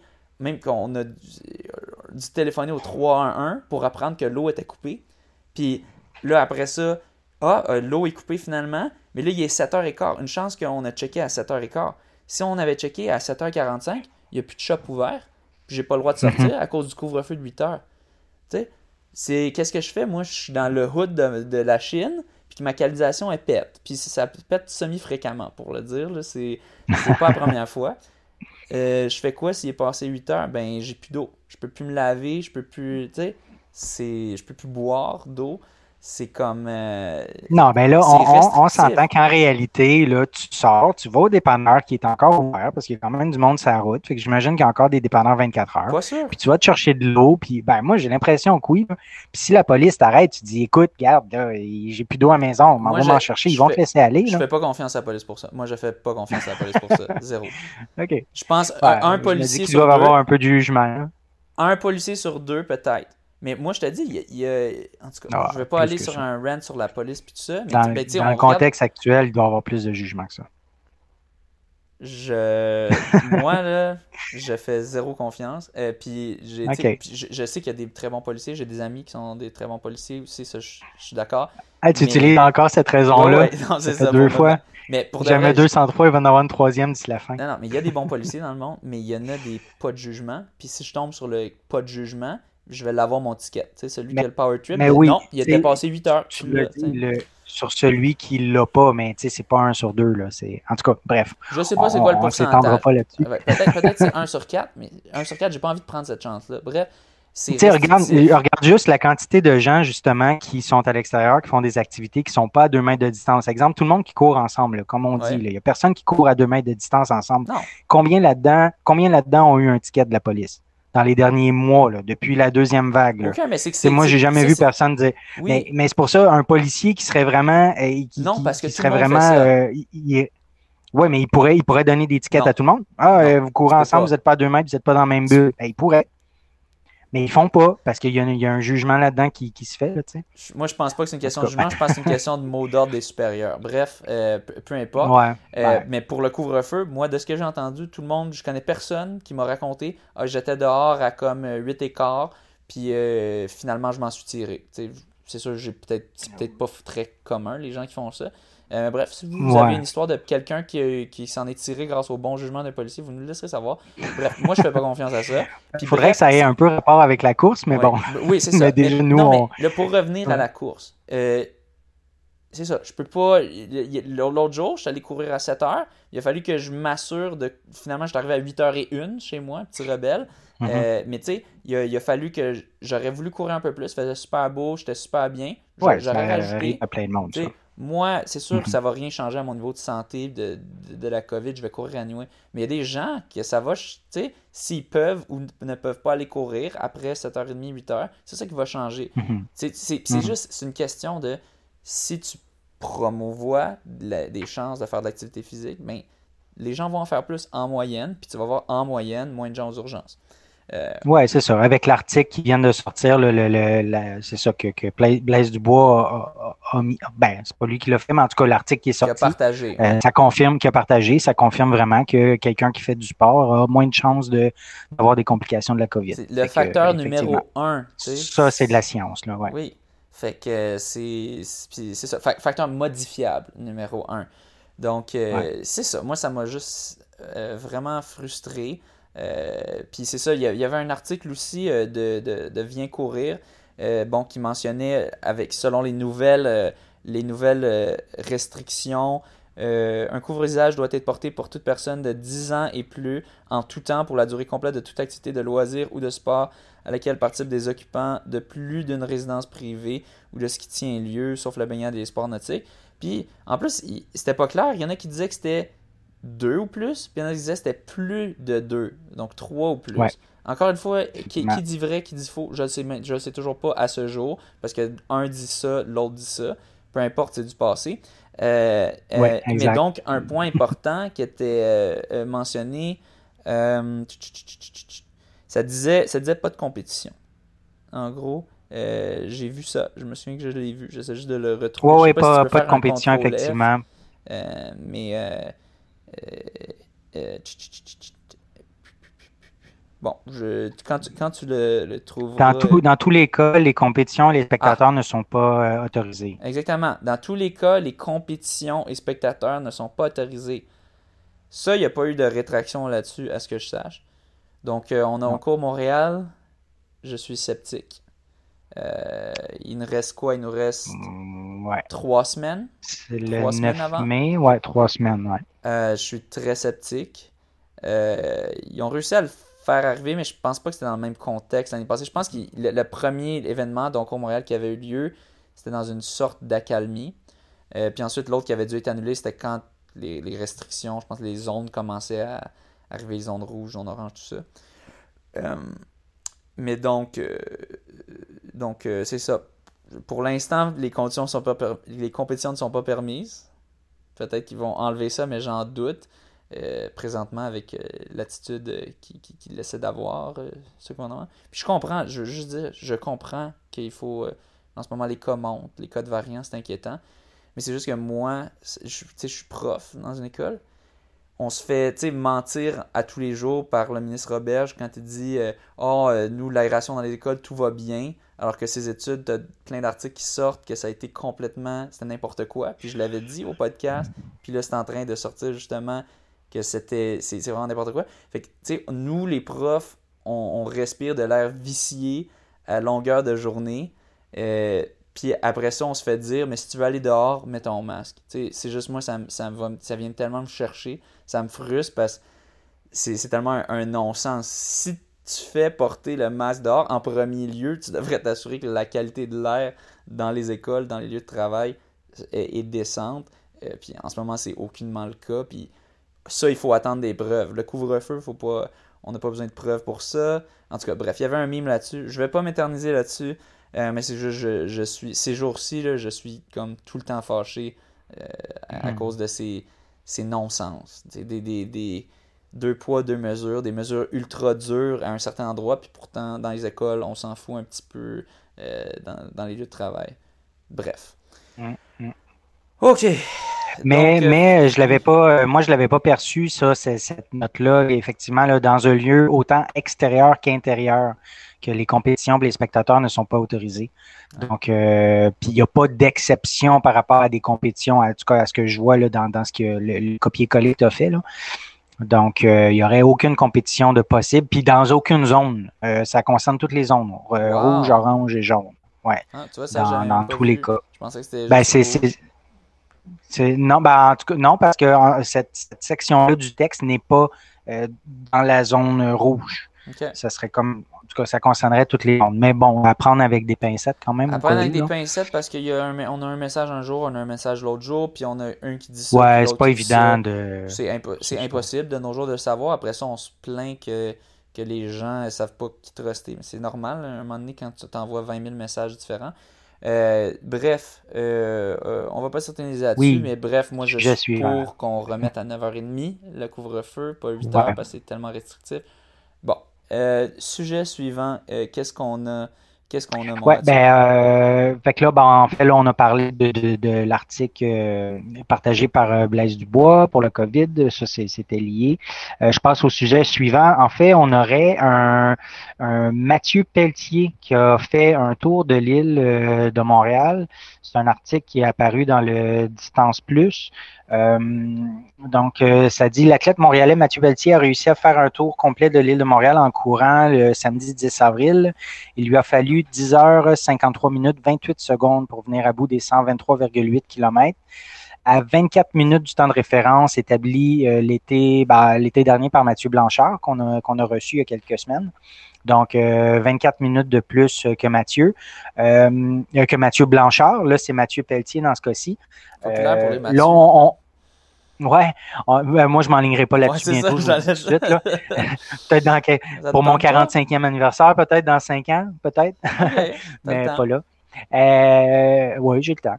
même qu'on a dû téléphoner au 311 pour apprendre que l'eau était coupée. Puis là, après ça, l'eau est coupée finalement, mais là, il est 7h15. Une chance qu'on a checké à 7h15. Si on avait checké à 7h45, il n'y a plus de shop ouvert, puis j'ai pas le droit de sortir à cause du couvre-feu de 8h. Tu sais, qu'est-ce que je fais? Moi, je suis dans le hood de la Chine, puis ma canalisation est pète. Puis ça pète semi-fréquemment, pour le dire. Là, c'est pas la première fois. Je fais quoi s'il est passé 8h? Ben, j'ai plus d'eau. Je peux plus me laver, je peux plus, tu sais, je peux plus boire d'eau. C'est comme... Non, ben là, c'est on restrictif. s'entend qu'en réalité, là, tu sors, tu vas au dépanneur qui est encore ouvert parce qu'il y a quand même du monde sur la route. Fait que j'imagine qu'il y a encore des dépanneurs 24 heures. Pas sûr. Puis tu vas te chercher de l'eau, puis ben moi, j'ai l'impression que oui. Puis si la police t'arrête, tu dis, écoute, regarde, là, j'ai plus d'eau à la maison, on va m'en chercher, ils vont te laisser aller. Je là. fais pas confiance à la police pour ça. Moi, je fais pas confiance à la police pour ça. Zéro. OK. Je pense Ben, un policier je me dis qu'ils sur doivent deux. avoir un peu de jugement. Hein. Un policier sur deux, peut-être. Mais moi, je te dis, en tout cas, je vais pas aller sur un rant sur la police puis tout ça. Mais Dans le contexte actuel, il doit y avoir plus de jugement que ça. Moi, là, je fais zéro confiance. Puis je sais qu'il y a des très bons policiers. J'ai des amis qui sont des très bons policiers aussi. Ça, je suis d'accord. Tu utilises encore cette raison-là. Ouais, non, c'est ça. Deux fois. Mais pour jamais 203, il va en avoir une troisième d'ici la fin. Non, mais il y a des bons policiers dans le monde, mais il y en a des pas de jugement. Puis si je tombe sur le pas de jugement, je vais l'avoir mon ticket. Tu sais, celui qui a le power trip. Mais oui, non, il était passé 8 heures. Tu l'as dit sur celui qui l'a pas, mais tu sais, c'est pas 1 sur 2. Là. En tout cas, bref. Je sais pas c'est quoi le pourcentage. On s'étendra pas là-dessus. Peut-être c'est 1 sur 4, mais 1 sur 4, j'ai pas envie de prendre cette chance-là. Bref. Regarde juste la quantité de gens, justement, qui sont à l'extérieur, qui font des activités qui ne sont pas à 2 mètres de distance. Exemple, tout le monde qui court ensemble, là, comme on dit. Il n'y a personne qui court à 2 mètres de distance ensemble. Non. Combien là-dedans ont eu un ticket de la police dans les derniers mois, là, depuis la deuxième vague? Là. Okay, mais moi, j'ai jamais vu personne dire. Oui. Mais c'est pour ça, un policier qui serait vraiment. Parce que qui serait vraiment. Oui, mais il pourrait donner des tickets à tout le monde. Vous courez ensemble, vous n'êtes pas à 2 mètres, vous n'êtes pas dans la même bulle. Il pourrait. Mais ils font pas, parce qu'il y a un jugement là-dedans qui se fait. Là, moi, je pense pas que c'est une question de jugement, je pense que c'est une question de mot d'ordre des supérieurs. Bref, peu importe. Mais pour le couvre-feu, moi, de ce que j'ai entendu, tout le monde, je connais personne qui m'a raconté j'étais dehors à comme 8h15, puis finalement, je m'en suis tiré. T'sais, c'est sûr, c'est peut-être pas très commun, les gens qui font ça. Bref, si vous avez une histoire de quelqu'un qui s'en est tiré grâce au bon jugement d'un policier, vous nous le laisserez savoir. Bref, moi, je fais pas confiance à ça. Il faudrait que ça ait un peu rapport avec la course, mais bon. Oui, c'est ça. Mais déjà, mais pour revenir à la course, c'est ça. Je peux pas. L'autre jour, je suis allé courir à 7h. Il a fallu que je m'assure de. Finalement, je suis arrivé à 8h01 chez moi, petit rebelle. Mais tu sais, il a fallu que j'aurais voulu courir un peu plus. Il faisait super beau, j'étais super bien. J'aurais rajouté. À plein de monde, ça. Moi, c'est sûr que ça va rien changer à mon niveau de santé de la COVID. Je vais courir à nuit. Mais il y a des gens que ça va, tu sais, s'ils peuvent ou ne peuvent pas aller courir après 7h30, 8h, c'est ça qui va changer. C'est juste, c'est une question de si tu promouvois des chances de faire de l'activité physique, mais les gens vont en faire plus en moyenne, puis tu vas avoir en moyenne moins de gens aux urgences. Oui, c'est ça. Avec l'article qui vient de sortir, c'est ça que Blaise Dubois a mis. Ben, c'est pas lui qui l'a fait, mais en tout cas, l'article qui est sorti. Qui a partagé. Ça confirme qu'il a partagé. Ça confirme vraiment que quelqu'un qui fait du sport a moins de chances d'avoir des complications de la COVID. C'est le facteur numéro 1. Ça, c'est de la science, là, ouais. Oui. Fait que c'est ça. Facteur modifiable numéro 1. Donc, c'est ça. Moi, ça m'a juste vraiment frustré. Puis c'est ça, il y avait un article aussi de Viens courir, qui mentionnait selon les nouvelles restrictions, un couvre-visage doit être porté pour toute personne de 10 ans et plus en tout temps pour la durée complète de toute activité de loisir ou de sport à laquelle participent des occupants de plus d'une résidence privée ou de ce qui tient lieu, sauf la baignade et les sports nautiques. Puis en plus, c'était pas clair, il y en a qui disaient que c'était 2 ou plus, puis il y en a qui disaient que c'était plus de 2, donc 3 ou plus. Ouais. Encore une fois, qui dit vrai, qui dit faux, je le sais toujours pas à ce jour, parce que un dit ça, l'autre dit ça, peu importe, c'est du passé. Mais donc, un point important qui était mentionné, ça disait pas de compétition. En gros, j'ai vu ça, je me souviens que je l'ai vu, j'essaie juste de le retrouver. Oui, pas de compétition, effectivement. bon, quand tu le trouveras... Dans tous les cas, les compétitions, les spectateurs ne sont pas autorisés. Exactement. Dans tous les cas, les compétitions et spectateurs ne sont pas autorisés. Ça, il n'y a pas eu de rétraction là-dessus, à ce que je sache. Donc, on a encore Montréal. Je suis sceptique. Il nous reste quoi? Il nous reste 3 semaines. C'est le 9 mai, ouais, 3 semaines, ouais. Je suis très sceptique. Ils ont réussi à le faire arriver, mais je pense pas que c'était dans le même contexte l'année passée. Je pense que le premier événement d'Encore Montréal qui avait eu lieu, c'était dans une sorte d'accalmie. Puis ensuite, l'autre qui avait dû être annulé, c'était quand les restrictions, je pense que les zones commençaient à arriver, les zones rouges, zones oranges, tout ça. Mais donc c'est ça. Pour l'instant, les compétitions ne sont pas permises. Peut-être qu'ils vont enlever ça, mais j'en doute. Présentement, avec l'attitude qu'ils essaient d'avoir, ce gouvernement. Puis je comprends, je veux juste dire, je comprends qu'il faut, en ce moment, les cas montent, les cas de variants, c'est inquiétant. Mais c'est juste que moi, je suis prof dans une école. On se fait mentir à tous les jours par le ministre Roberge quand il dit nous, l'aération dans les écoles, tout va bien. Alors que ces études, tu as plein d'articles qui sortent que ça a été c'était n'importe quoi. Puis je l'avais dit au podcast. Puis là, c'est en train de sortir justement que c'est vraiment n'importe quoi. Fait que, tu sais, nous, les profs, on respire de l'air vicié à longueur de journée. Puis après ça, on se fait dire, mais si tu veux aller dehors, mets ton masque. Tu sais, c'est juste moi, ça vient tellement me chercher. Ça me frustre parce que c'est tellement un non-sens. Si tu fais porter le masque dehors, en premier lieu, tu devrais t'assurer que la qualité de l'air dans les écoles, dans les lieux de travail est décente. Puis en ce moment, c'est aucunement le cas. Puis ça, il faut attendre des preuves. Le couvre-feu, on n'a pas besoin de preuves pour ça. En tout cas, bref, il y avait un meme là-dessus. Je vais pas m'éterniser là-dessus, mais c'est juste, ces jours-ci, là, je suis comme tout le temps fâché à cause de ces non-sens. Des 2 poids, 2 mesures, des mesures ultra dures à un certain endroit, puis pourtant, dans les écoles, on s'en fout un petit peu dans les lieux de travail. Bref. OK. Mais je l'avais pas, moi je l'avais pas perçu ça, cette note-là, effectivement, là, dans un lieu autant extérieur qu'intérieur, que les compétitions et les spectateurs ne sont pas autorisés. Donc, puis il n'y a pas d'exception par rapport à des compétitions, en tout cas à ce que je vois là, dans ce que le copier-coller t'a fait là. Donc, il n'y aurait aucune compétition de possible, puis dans aucune zone. Ça concerne toutes les zones, rouge, orange et jaune. Ouais. Ah, tu vois, ça, dans tous les cas. Je pensais que c'était juste non, en tout cas, non, parce que cette section-là du texte n'est pas dans la zone rouge. Okay. Ça serait comme, en tout cas, ça concernerait toutes les zones. Mais bon, à prendre avec des pincettes quand même. À prendre avec des pincettes parce qu'on a un message un jour, on a un message l'autre jour, puis on a un qui dit ça. Ouais, c'est pas évident de. C'est impossible de nos jours de le savoir. Après ça, on se plaint que les gens ne savent pas qui truster. Mais c'est normal, à un moment donné, quand tu t'envoies 20 000 messages différents. Bref, on va pas s'éterniser là-dessus, mais bref, moi je suis pour qu'on remette à 9h30 le couvre-feu, pas 8h parce que c'est tellement restrictif. Bon, sujet suivant, qu'est-ce qu'on a Ouais, fait que là, en fait, là, on a parlé de l'article partagé par Blaise Dubois pour le COVID. Ça, c'était lié. Je passe au sujet suivant. En fait, on aurait un Mathieu Pelletier qui a fait un tour de l'île de Montréal. C'est un article qui est apparu dans le Distance Plus. Donc, ça dit l'athlète montréalais Mathieu Pelletier a réussi à faire un tour complet de l'île de Montréal en courant le samedi 10 avril. Il lui a fallu 10h53 minutes 28 secondes pour venir à bout des 123,8 km. À 24 minutes du temps de référence établi l'été dernier par Mathieu Blanchard, qu'on a reçu il y a quelques semaines. Donc, 24 minutes de plus que Mathieu Blanchard. Là, c'est Mathieu Pelletier dans ce cas-ci. Là, moi, je m'enlignerai pas là-dessus bientôt, tout de suite. Là. Peut-être pour mon 45e anniversaire, peut-être dans 5 ans, peut-être. Okay, mais pas là. Oui, j'ai le temps.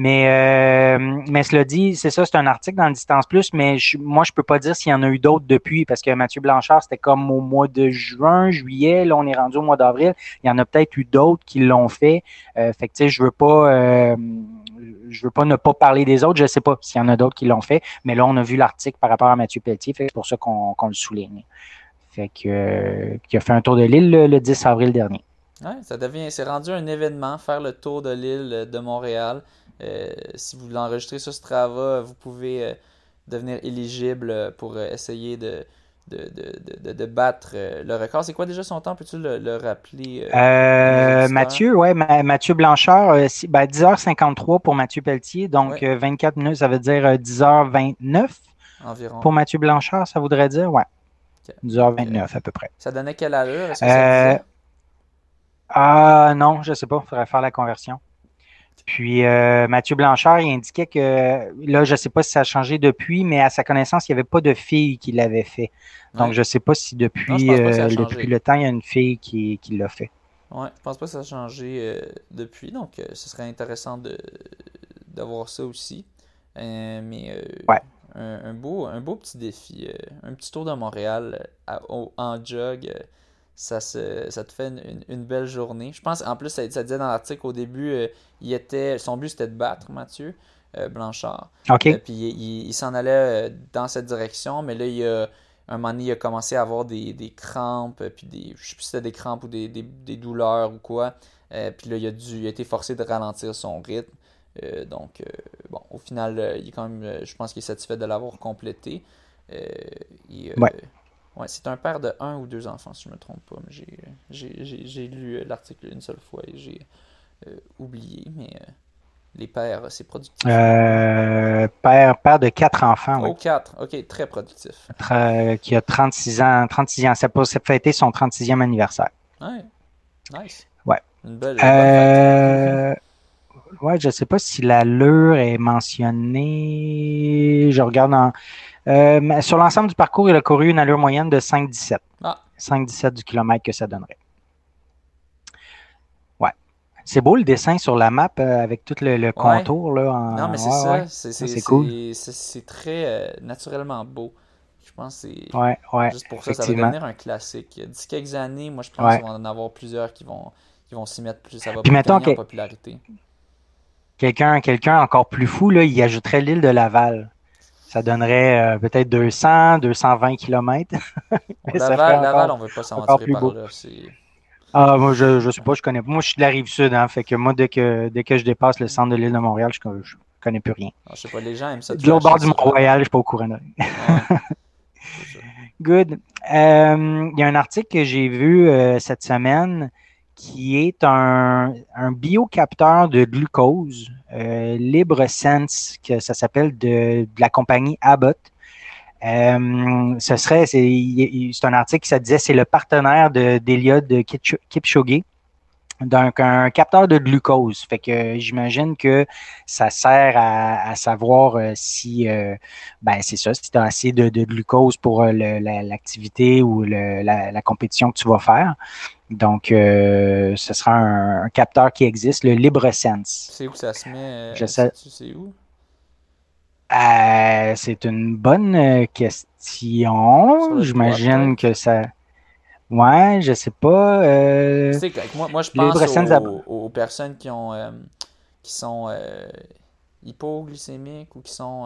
Mais cela dit, c'est ça, c'est un article dans le Distance Plus, mais moi, je peux pas dire s'il y en a eu d'autres depuis, parce que Mathieu Blanchard, c'était comme au mois de juillet, là, on est rendu au mois d'avril. Il y en a peut-être eu d'autres qui l'ont fait. Fait que, tu sais, je veux pas ne pas parler des autres. Je sais pas s'il y en a d'autres qui l'ont fait, mais là, on a vu l'article par rapport à Mathieu Pelletier, fait que c'est pour ça qu'on le souligne. Fait que qui a fait un tour de l'île le 10 avril dernier. Ouais, c'est rendu un événement, faire le tour de l'île de Montréal. Si vous l'enregistrez sur Strava, vous pouvez devenir éligible pour essayer de battre le record. C'est quoi déjà son temps? Peux-tu le rappeler Mathieu, Mathieu Blanchard, 10h53 pour Mathieu Pelletier, donc 24 minutes, ça veut dire 10h29 environ. Pour Mathieu Blanchard, ça voudrait dire, ouais. Okay. 10h29 à peu près. Ça donnait quelle allure? Est-ce que ça disait? Non, je ne sais pas, il faudrait faire la conversion. Puis Mathieu Blanchard, il indiquait que, là, je ne sais pas si ça a changé depuis, mais à sa connaissance, il n'y avait pas de fille qui l'avait fait. Donc, je ne sais pas si depuis le temps, il y a une fille qui l'a fait. Oui, je pense pas que ça a changé depuis, donc ce serait intéressant d'avoir ça aussi. Un beau petit défi, un petit tour de Montréal en jog. Ça te fait une belle journée. Je pense, en plus, ça disait dans l'article au début, son but c'était de battre Mathieu Blanchard. OK. Puis il s'en allait dans cette direction, mais là, un moment donné, il a commencé à avoir des crampes, puis je sais plus si c'était des crampes ou des douleurs ou quoi. Puis là, il a été forcé de ralentir son rythme. Au final, il est quand même, je pense qu'il est satisfait de l'avoir complété. C'est un père de 1 ou 2 enfants, si je ne me trompe pas. Mais j'ai lu l'article une seule fois et j'ai oublié, mais les pères, c'est productif. Père de 4 enfants. Oh, 4, ok, très productif. Qui a 36 ans. Ça peut fêter son 36e anniversaire. Ouais, nice. Ouais. Une bonne fête. Ouais, je ne sais pas si l'allure est mentionnée. Je regarde sur l'ensemble du parcours, il a couru une allure moyenne de 5,17. 5,17 du kilomètre que ça donnerait. Ouais. C'est beau le dessin sur la map avec tout le contour. Là, non, mais c'est ça. Ouais. C'est cool. C'est très naturellement beau. Je pense que c'est juste pour ça. Ça va devenir un classique. D'ici quelques années, moi, je pense qu'on va en avoir plusieurs qui vont s'y mettre plus. Ça va gagner en popularité. Quelqu'un encore plus fou, là, il ajouterait l'île de Laval. Ça donnerait peut-être 200, 220 km. Laval, on ne veut pas s'en tirer par là. Moi, je sais pas, je connais pas. Moi, je suis de la Rive-Sud, fait que moi, dès que je dépasse le centre de l'île de Montréal, je connais plus rien. Je sais pas, les gens aiment ça. De l'autre bord du Mont-Royal, je suis pas au courant de rien. Good. Il y a un article que j'ai vu cette semaine qui est un biocapteur de glucose, LibreSense, que ça s'appelle de la compagnie Abbott. C'est un article qui ça disait c'est le partenaire d'Eliud Kipchoge, donc un capteur de glucose. Fait que j'imagine que ça sert à savoir si c'est ça, si tu as assez de glucose pour l'activité ou la compétition que tu vas faire. Donc, ce sera un capteur qui existe, le LibreSense. C'est où ça se met? Je sais. Tu sais où? C'est une bonne question. J'imagine que ça... Ouais, je sais pas. Tu sais, moi je pense aux personnes qui sont hypoglycémiques ou qui sont...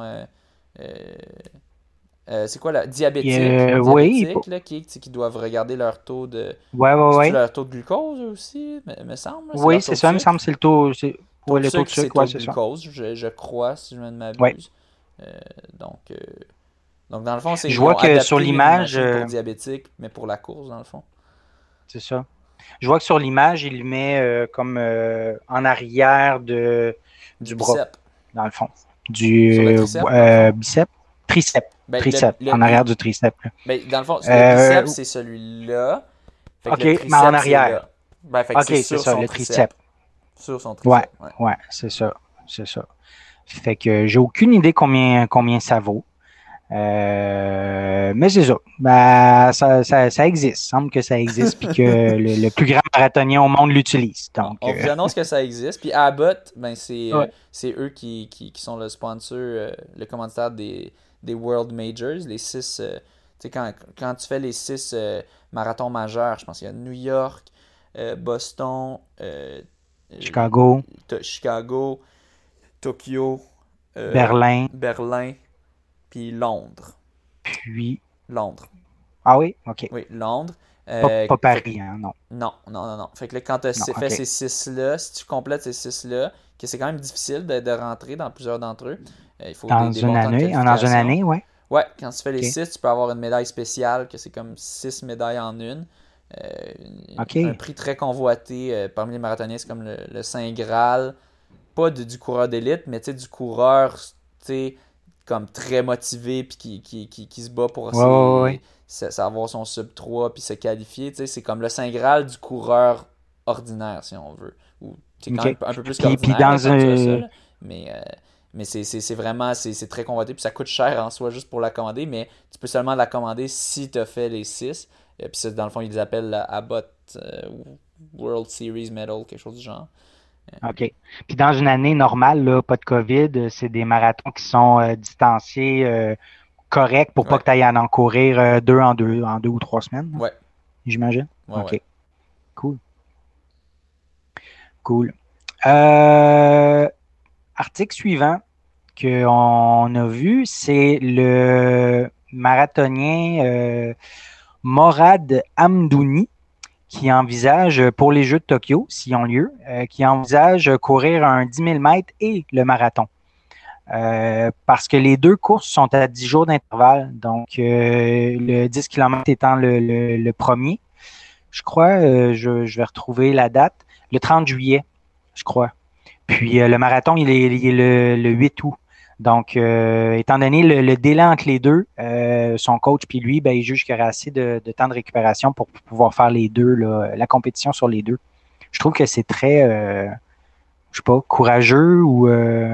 c'est quoi la diabétique là, qui doivent regarder leur taux de leur taux de glucose aussi, me semble. Oui, c'est ça, il me semble c'est le taux le taux de sucre, c'est glucose, je crois, si je ne m'abuse. Donc dans le fond, c'est je vois que sur l'image pour diabétique, mais pour la course dans le fond. C'est ça. Je vois que sur l'image, il met comme en arrière du bras, dans le fond. Du bicep. Triceps. En arrière du triceps. Dans le fond, le biceps, c'est celui-là. OK, mais en arrière. C'est ça, le triceps. Sur son triceps. Ouais, c'est ça. Fait que j'ai aucune idée combien ça vaut. Mais c'est ça. Ça existe. Il semble que ça existe puis que le plus grand marathonien au monde l'utilise. Donc, on vous annonce que ça existe. Puis Abbott, c'est eux qui sont le sponsor, le commanditaire des World Majors, les 6. Tu sais, quand tu fais les 6 marathons majeurs, je pense qu'il y a New York, Boston, Chicago, Tokyo, Berlin, puis Londres. Puis Londres. Ah oui? OK. Oui, Londres. Pas Paris, hein, non. Non. Fait que là, quand tu as fait ces 6-là, si tu complètes ces 6-là, que c'est quand même difficile de rentrer dans plusieurs d'entre eux, il faut Dans des une bons temps de année, dans une qualification. année, ouais. Ouais, quand tu fais les OK. 6, tu peux avoir une médaille spéciale, que c'est comme 6 médailles en une. OK. Un prix très convoité parmi les marathoniens, c'est comme le Saint Graal. Pas du coureur d'élite, mais du coureur comme très motivé puis qui se bat pour Ouais. avoir son sub 3 puis se qualifier. C'est comme le Saint Graal du coureur ordinaire, si on veut. Ou c'est quand même un peu plus qu'ordinaire Puis dans quand tu as ça, là. Mais c'est vraiment c'est très convoité puis ça coûte cher en soi juste pour la commander, mais tu peux seulement la commander si tu as fait les 6. Puis ça, dans le fond, ils les appellent la Abbott World Series Medal, quelque chose du genre. OK. Puis dans une année normale, là, pas de COVID, c'est des marathons qui sont distanciés corrects pour pas que tu ailles en courir 2 en 2 ou 3 semaines. Ouais. J'imagine? Ouais, OK. ouais. Cool. Article suivant qu'on a vu, c'est le marathonien Morad Hamdouni qui envisage, pour les Jeux de Tokyo, s'ils ont lieu, qui envisage courir un 10 000 mètres et le marathon. Parce que les deux courses sont à 10 jours d'intervalle. Donc, le 10 km étant le premier. Je crois, je vais retrouver la date. Le 30 juillet, je crois. Puis, le marathon, il est le 8 août. Donc, étant donné le délai entre les deux, son coach puis lui, il juge qu'il y aura assez de temps de récupération pour pouvoir faire les deux, là, la compétition sur les deux. Je trouve que c'est très, je sais pas, courageux ou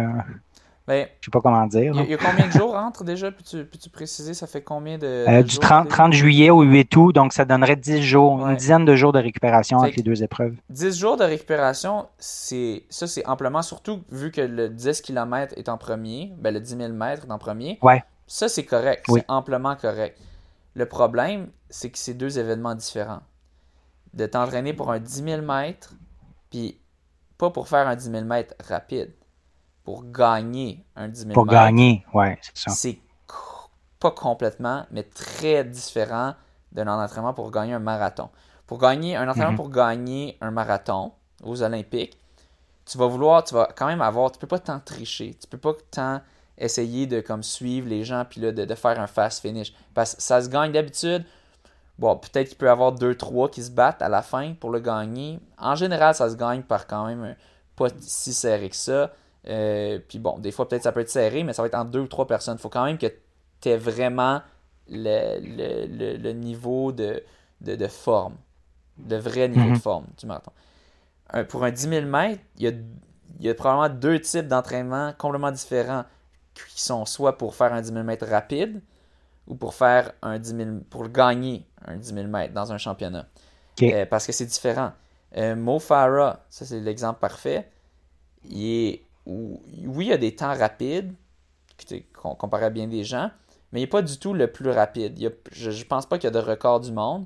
je sais pas comment dire. Il y a combien de jours entre déjà? Peux-tu préciser, ça fait combien de du jours? 30 juillet au 8 août, donc ça donnerait 10 jours, Ouais. une dizaine de jours de récupération entre les deux épreuves. 10 jours de récupération, c'est amplement, surtout vu que le 10 km est en premier, le 10 000 mètres est en premier. Ouais. Ça, c'est correct, Oui. c'est amplement correct. Le problème, c'est que c'est deux événements différents. De t'entraîner pour un 10 000 mètres, puis pas pour faire un 10 000 mètres rapide, pour gagner un 10 000 mètres. Pour gagner, ouais, c'est ça. C'est pas complètement, mais très différent d'un entraînement pour gagner un marathon. Pour gagner un entraînement pour gagner un marathon aux Olympiques, tu vas quand même avoir, tu peux pas tant tricher, tu peux pas tant essayer de comme suivre les gens puis là de faire un fast finish. Parce que ça se gagne d'habitude. Bon, peut-être qu'il peut y avoir 2-3 qui se battent à la fin pour le gagner. En général, ça se gagne par quand même pas si serré que ça. Puis bon, des fois, peut-être ça peut être serré, mais ça va être entre 2 ou 3 personnes. Il faut quand même que tu aies vraiment le niveau de forme. Le vrai niveau de forme du marathon. Pour un 10 000 mètres, il y a probablement 2 types d'entraînement complètement différents qui sont soit pour faire un 10 000 mètres rapide ou pour faire pour gagner un 10 000 mètres dans un championnat. Okay. Parce que c'est différent. Mo Farah, ça c'est l'exemple parfait. Oui, il y a des temps rapides, comparé à bien des gens, mais il n'est pas du tout le plus rapide. Je ne pense pas qu'il y a de record du monde.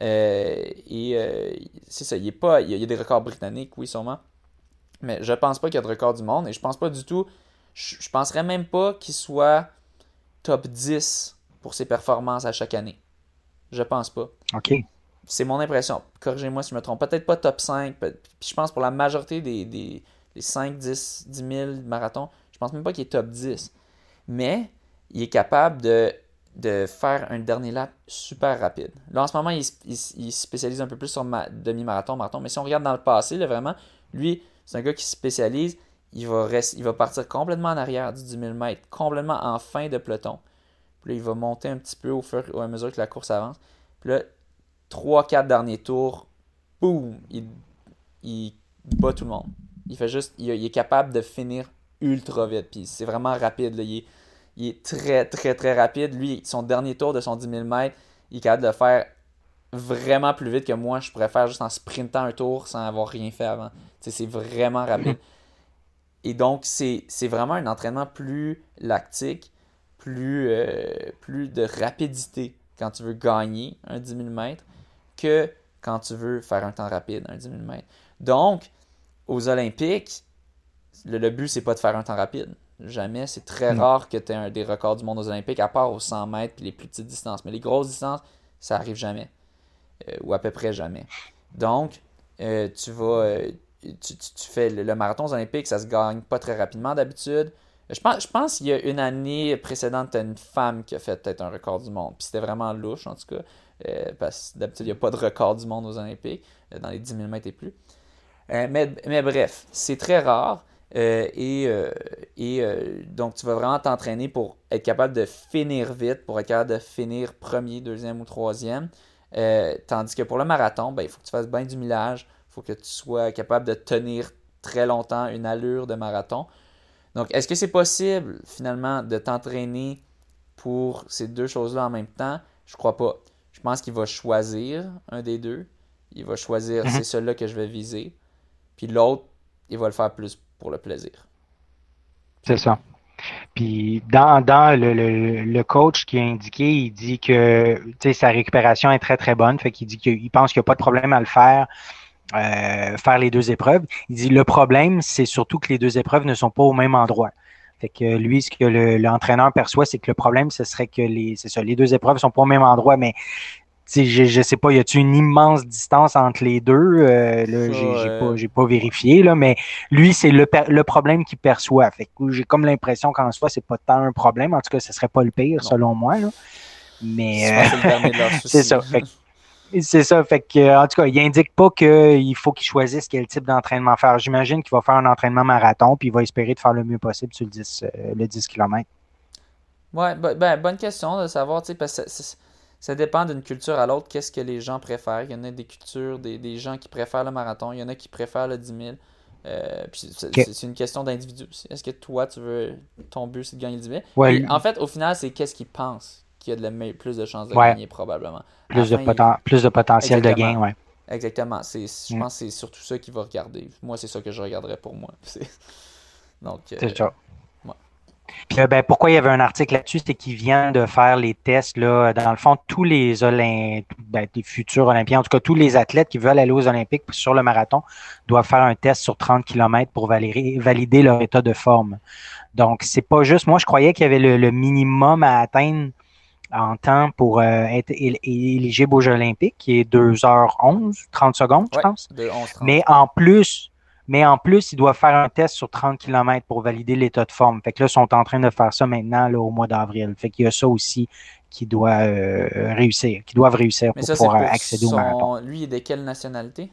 C'est ça, il y a des records britanniques, oui, sûrement. Mais je pense pas qu'il y a de record du monde. Et je pense pas du tout. Je penserais même pas qu'il soit top 10 pour ses performances à chaque année. Je pense pas. OK. C'est mon impression. Corrigez-moi si je me trompe. Peut-être pas top 5. Puis je pense pour la majorité des 5, 10 000 marathons, je pense même pas qu'il est top 10. Mais il est capable de faire un dernier lap super rapide. Là, en ce moment, il se spécialise un peu plus sur demi-marathon, marathon. Mais si on regarde dans le passé, là, vraiment, lui, c'est un gars qui se spécialise. Il va partir complètement en arrière du 10 000 mètres, complètement en fin de peloton. Puis là, il va monter un petit peu au fur et à mesure que la course avance. Puis là, 3-4 derniers tours, boum, il bat tout le monde. Il est capable de finir ultra vite. Puis c'est vraiment rapide, là. Il est très, très, très rapide. Lui, son dernier tour de son 10 000 mètres, il est capable de le faire vraiment plus vite que moi. Je pourrais faire juste en sprintant un tour sans avoir rien fait avant. C'est vraiment rapide. Et donc, c'est vraiment un entraînement plus lactique, plus de rapidité quand tu veux gagner un 10 000 mètres que quand tu veux faire un temps rapide, un 10 000 mètres. Donc, aux Olympiques, le but, c'est pas de faire un temps rapide. Jamais. C'est très rare que tu aies des records du monde aux Olympiques, à part aux 100 mètres et les plus petites distances. Mais les grosses distances, ça arrive jamais. Ou à peu près jamais. Donc, tu fais le marathon olympique, ça se gagne pas très rapidement d'habitude. Je pense qu'il y a une année précédente, tu as une femme qui a fait peut-être un record du monde. Puis c'était vraiment louche, en tout cas. Parce que d'habitude, il n'y a pas de record du monde aux Olympiques, dans les 10 000 mètres et plus. Mais bref, c'est très rare. Donc, tu vas vraiment t'entraîner pour être capable de finir vite, pour être capable de finir premier, deuxième ou troisième. Tandis que pour le marathon, il faut que tu fasses bien du millage. Il faut que tu sois capable de tenir très longtemps une allure de marathon. Donc, est-ce que c'est possible, finalement, de t'entraîner pour ces deux choses-là en même temps? Je crois pas. Je pense qu'il va choisir un des deux. Il va choisir, c'est celui-là que je vais viser. Puis l'autre, il va le faire plus pour le plaisir. C'est ça. Puis dans le coach qui a indiqué, il dit que sa récupération est très, très bonne. Fait qu'il dit qu'il pense qu'il n'y a pas de problème à le faire les deux épreuves. Il dit le problème, c'est surtout que les deux épreuves ne sont pas au même endroit. Fait que lui, ce que l'entraîneur perçoit, c'est que le problème, ce serait que les deux épreuves ne sont pas au même endroit, mais je sais pas, y a-t-il une immense distance entre les deux? J'ai pas vérifié, là, mais lui, c'est le problème qu'il perçoit. Fait que j'ai comme l'impression qu'en soi, c'est pas tant un problème. En tout cas, ce serait pas le pire, selon moi, là. Mais c'est ça. C'est ça. Fait que, en tout cas, il indique pas qu'il faut qu'il choisisse quel type d'entraînement faire. J'imagine qu'il va faire un entraînement marathon, puis il va espérer de faire le mieux possible sur le 10 km. Ouais, bonne question de savoir, parce que ça dépend d'une culture à l'autre, qu'est-ce que les gens préfèrent. Il y en a des cultures, des gens qui préfèrent le marathon, il y en a qui préfèrent le 10 000. Puis c'est une question d'individu aussi. Est-ce que toi, ton but, c'est de gagner le 10 000? Ouais. Et en fait, au final, c'est qu'est-ce qu'ils pensent qu'il y a plus de chances de gagner, probablement. Plus de potentiel de gain, ouais. Exactement. Je pense que c'est surtout ça qu'il va regarder. Moi, c'est ça que je regarderais pour moi. Donc, c'est ça. Puis, pourquoi il y avait un article là-dessus, c'est qu'ils viennent de faire les tests, là, dans le fond, tous les futurs Olympiens, en tout cas, tous les athlètes qui veulent aller aux Olympiques sur le marathon doivent faire un test sur 30 km pour valider leur état de forme. Donc, c'est pas juste, moi, je croyais qu'il y avait le minimum à atteindre en temps pour être éligible aux Jeux olympiques, qui est 2h11, 30 secondes, je pense. 2h11, 30. Mais en plus, ils doivent faire un test sur 30 km pour valider l'état de forme. Fait que là, ils sont en train de faire ça maintenant, là, au mois d'avril. Fait qu'il y a ça aussi qui doivent réussir pour pouvoir accéder au marathon. Lui, il est de quelle nationalité?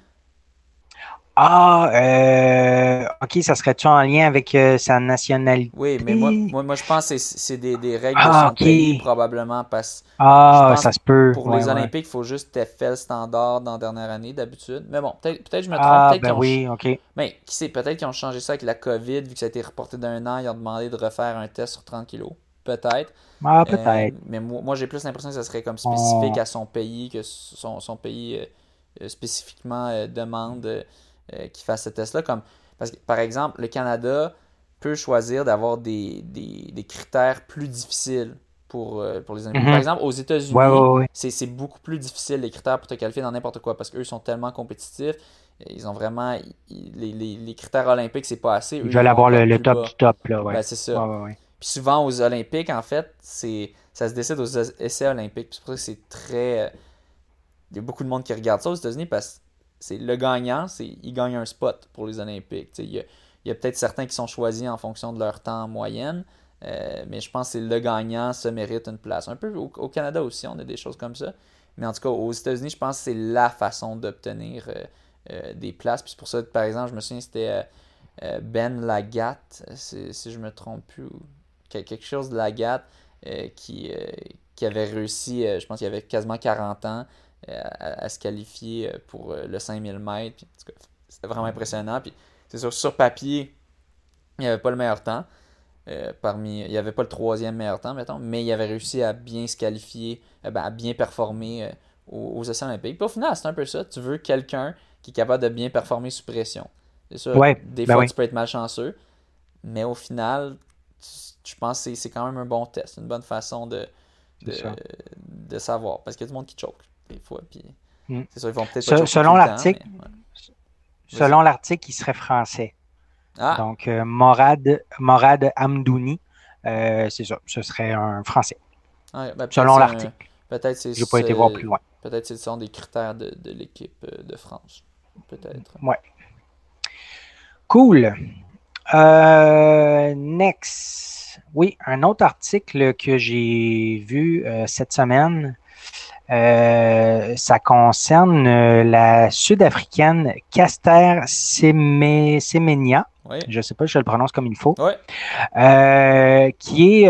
OK, ça serait-tu en lien avec sa nationalité? Oui, mais moi je pense que c'est des règles de son pays, probablement, parce que ça se peut. Pour les Olympiques, il faut juste fait le standard dans la dernière année, d'habitude. Mais bon, peut-être je me trompe. OK. Mais qui sait, peut-être qu'ils ont changé ça avec la COVID, vu que ça a été reporté d'un an, ils ont demandé de refaire un test sur 30 kilos. Peut-être. Peut-être. Mais moi, j'ai plus l'impression que ça serait comme spécifique à son pays, que son pays spécifiquement demande qu'il fasse ce test-là. Parce que, par exemple, le Canada peut choisir d'avoir des critères plus difficiles pour les Olympiques. Par exemple, aux États-Unis, c'est beaucoup plus difficile les critères pour te qualifier dans n'importe quoi parce qu'eux sont tellement compétitifs. Ils ont vraiment... Les critères olympiques, c'est pas assez. Ils veulent avoir le top du top. Là, c'est ça. Puis souvent, aux Olympiques, en fait, ça se décide aux essais olympiques. Puis c'est pour ça que c'est très... Il y a beaucoup de monde qui regarde ça aux États-Unis parce que c'est le gagnant, il gagne un spot pour les Olympiques. Il y a peut-être certains qui sont choisis en fonction de leur temps en moyenne, mais je pense que le gagnant se mérite une place. Un peu au Canada aussi, on a des choses comme ça. Mais en tout cas, aux États-Unis, je pense que c'est la façon d'obtenir des places. Puis c'est pour ça que, par exemple, je me souviens, c'était Ben Lagat, si je me trompe plus, ou quelque chose de Lagat, qui avait réussi, je pense qu'il avait quasiment 40 ans, à se qualifier pour le 5000 mètres. Puis, en tout cas, c'était vraiment impressionnant. Puis, c'est sûr, sur papier, il n'y avait pas le meilleur temps. Il n'y avait pas le troisième meilleur temps, mettons, mais il avait réussi à bien se qualifier, à bien performer aux essais olympiques. Puis au final, c'est un peu ça. Tu veux quelqu'un qui est capable de bien performer sous pression. C'est sûr, des fois, tu peux être malchanceux, mais au final, je pense que c'est quand même un bon test, une bonne façon de savoir. Parce qu'il y a du monde qui choke des fois. Puis c'est sûr, ils vont peut-être pas selon l'article, selon l'article, il serait français. Donc, Morad Amdouni, c'est ça, ce serait un français. Selon l'article. Peut-être c'est J'ai pas été voir plus loin. Peut-être ce sont des critères de l'équipe de France. Peut-être. Ouais. Cool. Next. Oui, un autre article que j'ai vu cette semaine, ça concerne la Sud-Africaine Caster Semenya. Oui. Je ne sais pas si je le prononce comme il faut. Oui. Qui est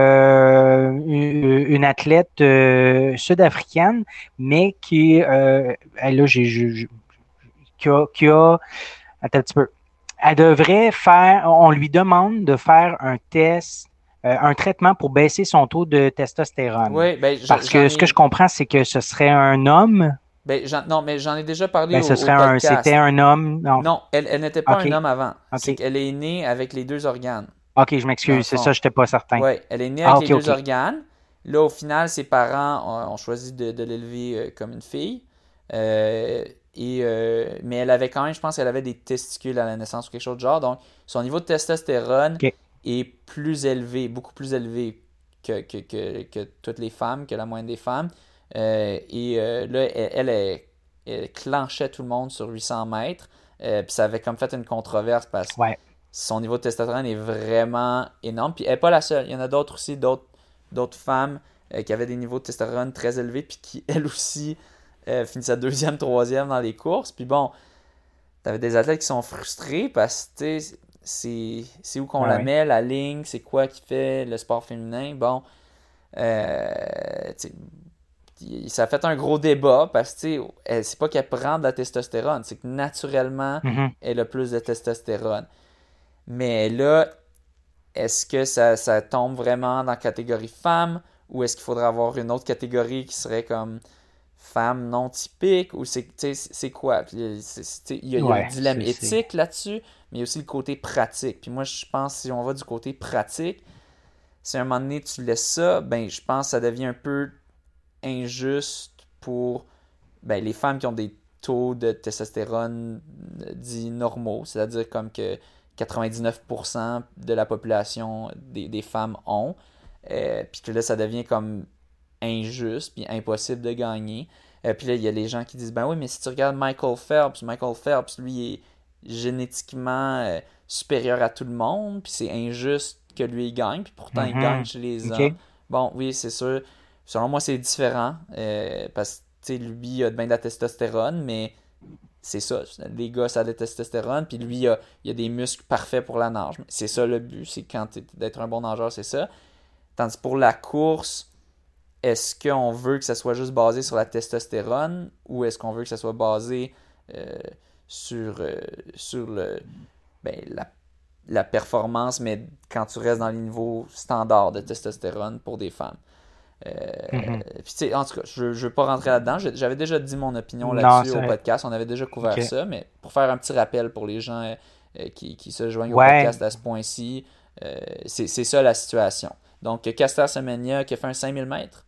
une athlète sud-africaine, mais qui, là, qui a, attends un petit peu. Elle devrait faire, on lui demande de faire un test, un traitement pour baisser son taux de testostérone. Oui, parce que ce que je comprends, c'est que ce serait un homme. Non, mais j'en ai déjà parlé ce serait au podcast. C'était un homme. Non, elle n'était pas un homme avant. C'est qu'elle est née avec les 2 organes. OK, je m'excuse, c'est ça, je n'étais pas certain. Oui, elle est née avec les 2 organes. Là, au final, ses parents ont choisi de l'élever comme une fille. Mais elle avait quand même, je pense qu'elle avait des testicules à la naissance ou quelque chose de genre. Donc, son niveau de testostérone est plus élevé, beaucoup plus élevé que toutes les femmes, que la moyenne des femmes. Là, elle clenchait tout le monde sur 800 mètres. Puis ça avait comme fait une controverse parce que son niveau de testostérone est vraiment énorme. Puis elle n'est pas la seule. Il y en a d'autres aussi, d'autres femmes qui avaient des niveaux de testostérone très élevés puis qui, elles aussi, finissaient 2e, 3e dans les courses. Puis bon, t'avais des athlètes qui sont frustrés parce que c'est où qu'on la met, la ligne, c'est quoi qui fait le sport féminin. Bon, ça a fait un gros débat parce que c'est pas qu'elle prend de la testostérone, c'est que naturellement, elle a plus de testostérone. Mais là, est-ce que ça tombe vraiment dans la catégorie femme ou est-ce qu'il faudrait avoir une autre catégorie qui serait comme femme non typique ou c'est quoi? Il y a un dilemme éthique là-dessus, mais il y a aussi le côté pratique. Puis moi, je pense que si on va du côté pratique, si à un moment donné tu laisses ça, ben je pense que ça devient un peu injuste pour les femmes qui ont des taux de testostérone dits normaux, c'est-à-dire comme que 99% de la population des femmes ont, puis que là, ça devient comme injuste, puis impossible de gagner. Puis là, il y a les gens qui disent, ben oui, mais si tu regardes Michael Phelps, lui, est génétiquement supérieur à tout le monde, puis c'est injuste que lui, il gagne, puis pourtant, il gagne chez les hommes. Bon, oui, c'est sûr. Selon moi, c'est différent, parce que, lui, il a bien de la testostérone, mais c'est ça. Les gars, ça a de la testostérone, puis lui, il a des muscles parfaits pour la nage. C'est ça le but, c'est d'être un bon nageur, c'est ça. Tandis pour la course, est-ce qu'on veut que ça soit juste basé sur la testostérone ou est-ce qu'on veut que ça soit basé sur la performance, mais quand tu restes dans les niveaux standards de testostérone pour des femmes? Puis, en tout cas, je ne veux pas rentrer là-dedans. J'avais déjà dit mon opinion là-dessus au podcast. On avait déjà couvert ça, mais pour faire un petit rappel pour les gens qui se joignent au podcast à ce point-ci, c'est ça la situation. Donc, Caster Semenya qui a fait un 5000 mètres.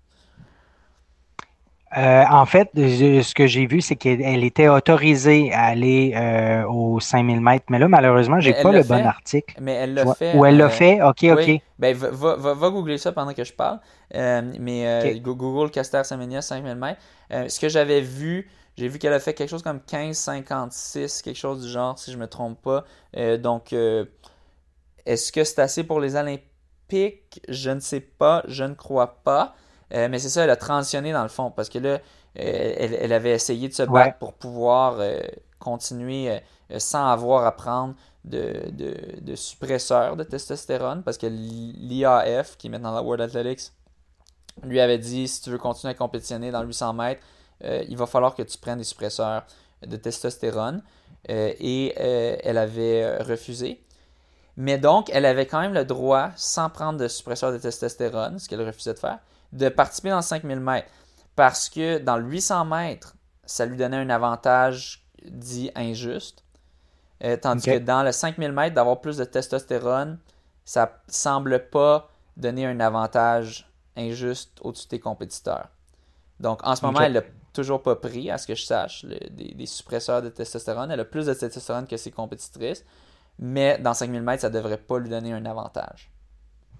En fait, ce que j'ai vu, c'est qu'elle était autorisée à aller aux 5000 mètres. Mais là, malheureusement, j'ai pas le bon article. Mais elle l'a fait. Ou elle l'a fait? OK. Ben, va googler ça pendant que je parle. Google Caster Semenya 5000 mètres. Ce que j'avais vu, j'ai vu qu'elle a fait quelque chose comme 15,56, quelque chose du genre, si je me trompe pas. Donc, est-ce que c'est assez pour les Olympiques? Je ne sais pas. Je ne crois pas. Mais c'est ça, elle a transitionné dans le fond, parce que là, elle avait essayé de se battre pour pouvoir continuer sans avoir à prendre de suppresseurs de testostérone, parce que l'IAF, qui est maintenant la World Athletics, lui avait dit, si tu veux continuer à compétitionner dans le 800 mètres, il va falloir que tu prennes des suppresseurs de testostérone, et elle avait refusé. Mais donc, elle avait quand même le droit, sans prendre de suppresseur de testostérone, ce qu'elle refusait de faire, de participer dans le 5000 mètres. Parce que dans le 800 mètres, ça lui donnait un avantage dit injuste. Tandis que dans le 5000 mètres, d'avoir plus de testostérone, ça semble pas donner un avantage injuste au-dessus de tes compétiteurs. Donc, en ce moment, elle l'a toujours pas pris, à ce que je sache, des suppresseurs de testostérone. Elle a plus de testostérone que ses compétitrices. Mais dans 5000 mètres, ça devrait pas lui donner un avantage.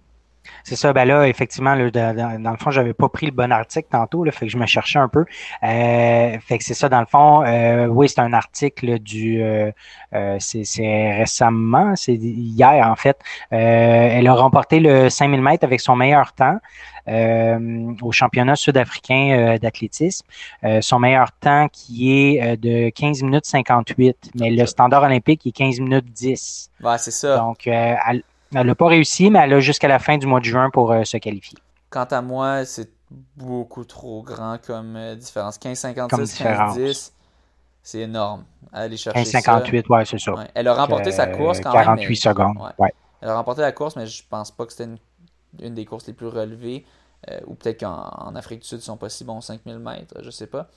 C'est ça, ben là, effectivement, là, dans le fond, j'avais pas pris le bon article tantôt, là, fait que je me cherchais un peu. Fait que c'est ça, dans le fond, oui, c'est un article c'est récemment, c'est hier en fait. Elle a remporté le 5000 mètres avec son meilleur temps au championnat sud-africain d'athlétisme. Son meilleur temps qui est de 15 minutes 58, mais le standard olympique est 15 minutes 10. Ouais, c'est ça. Donc, elle n'a pas réussi, mais elle a jusqu'à la fin du mois de juin pour se qualifier. Quant à moi, c'est beaucoup trop grand comme différence. Comme 15,56, différence. 15,10, c'est énorme. Aller chercher 15,58, ouais, c'est ça. Ouais. Elle a remporté sa course quand 48 même. Mais... secondes. Ouais. Ouais. Elle a remporté la course, mais je pense pas que c'était une des courses les plus relevées. Ou peut-être qu'en Afrique du Sud, ils sont pas si bons 5000 mètres, je sais pas.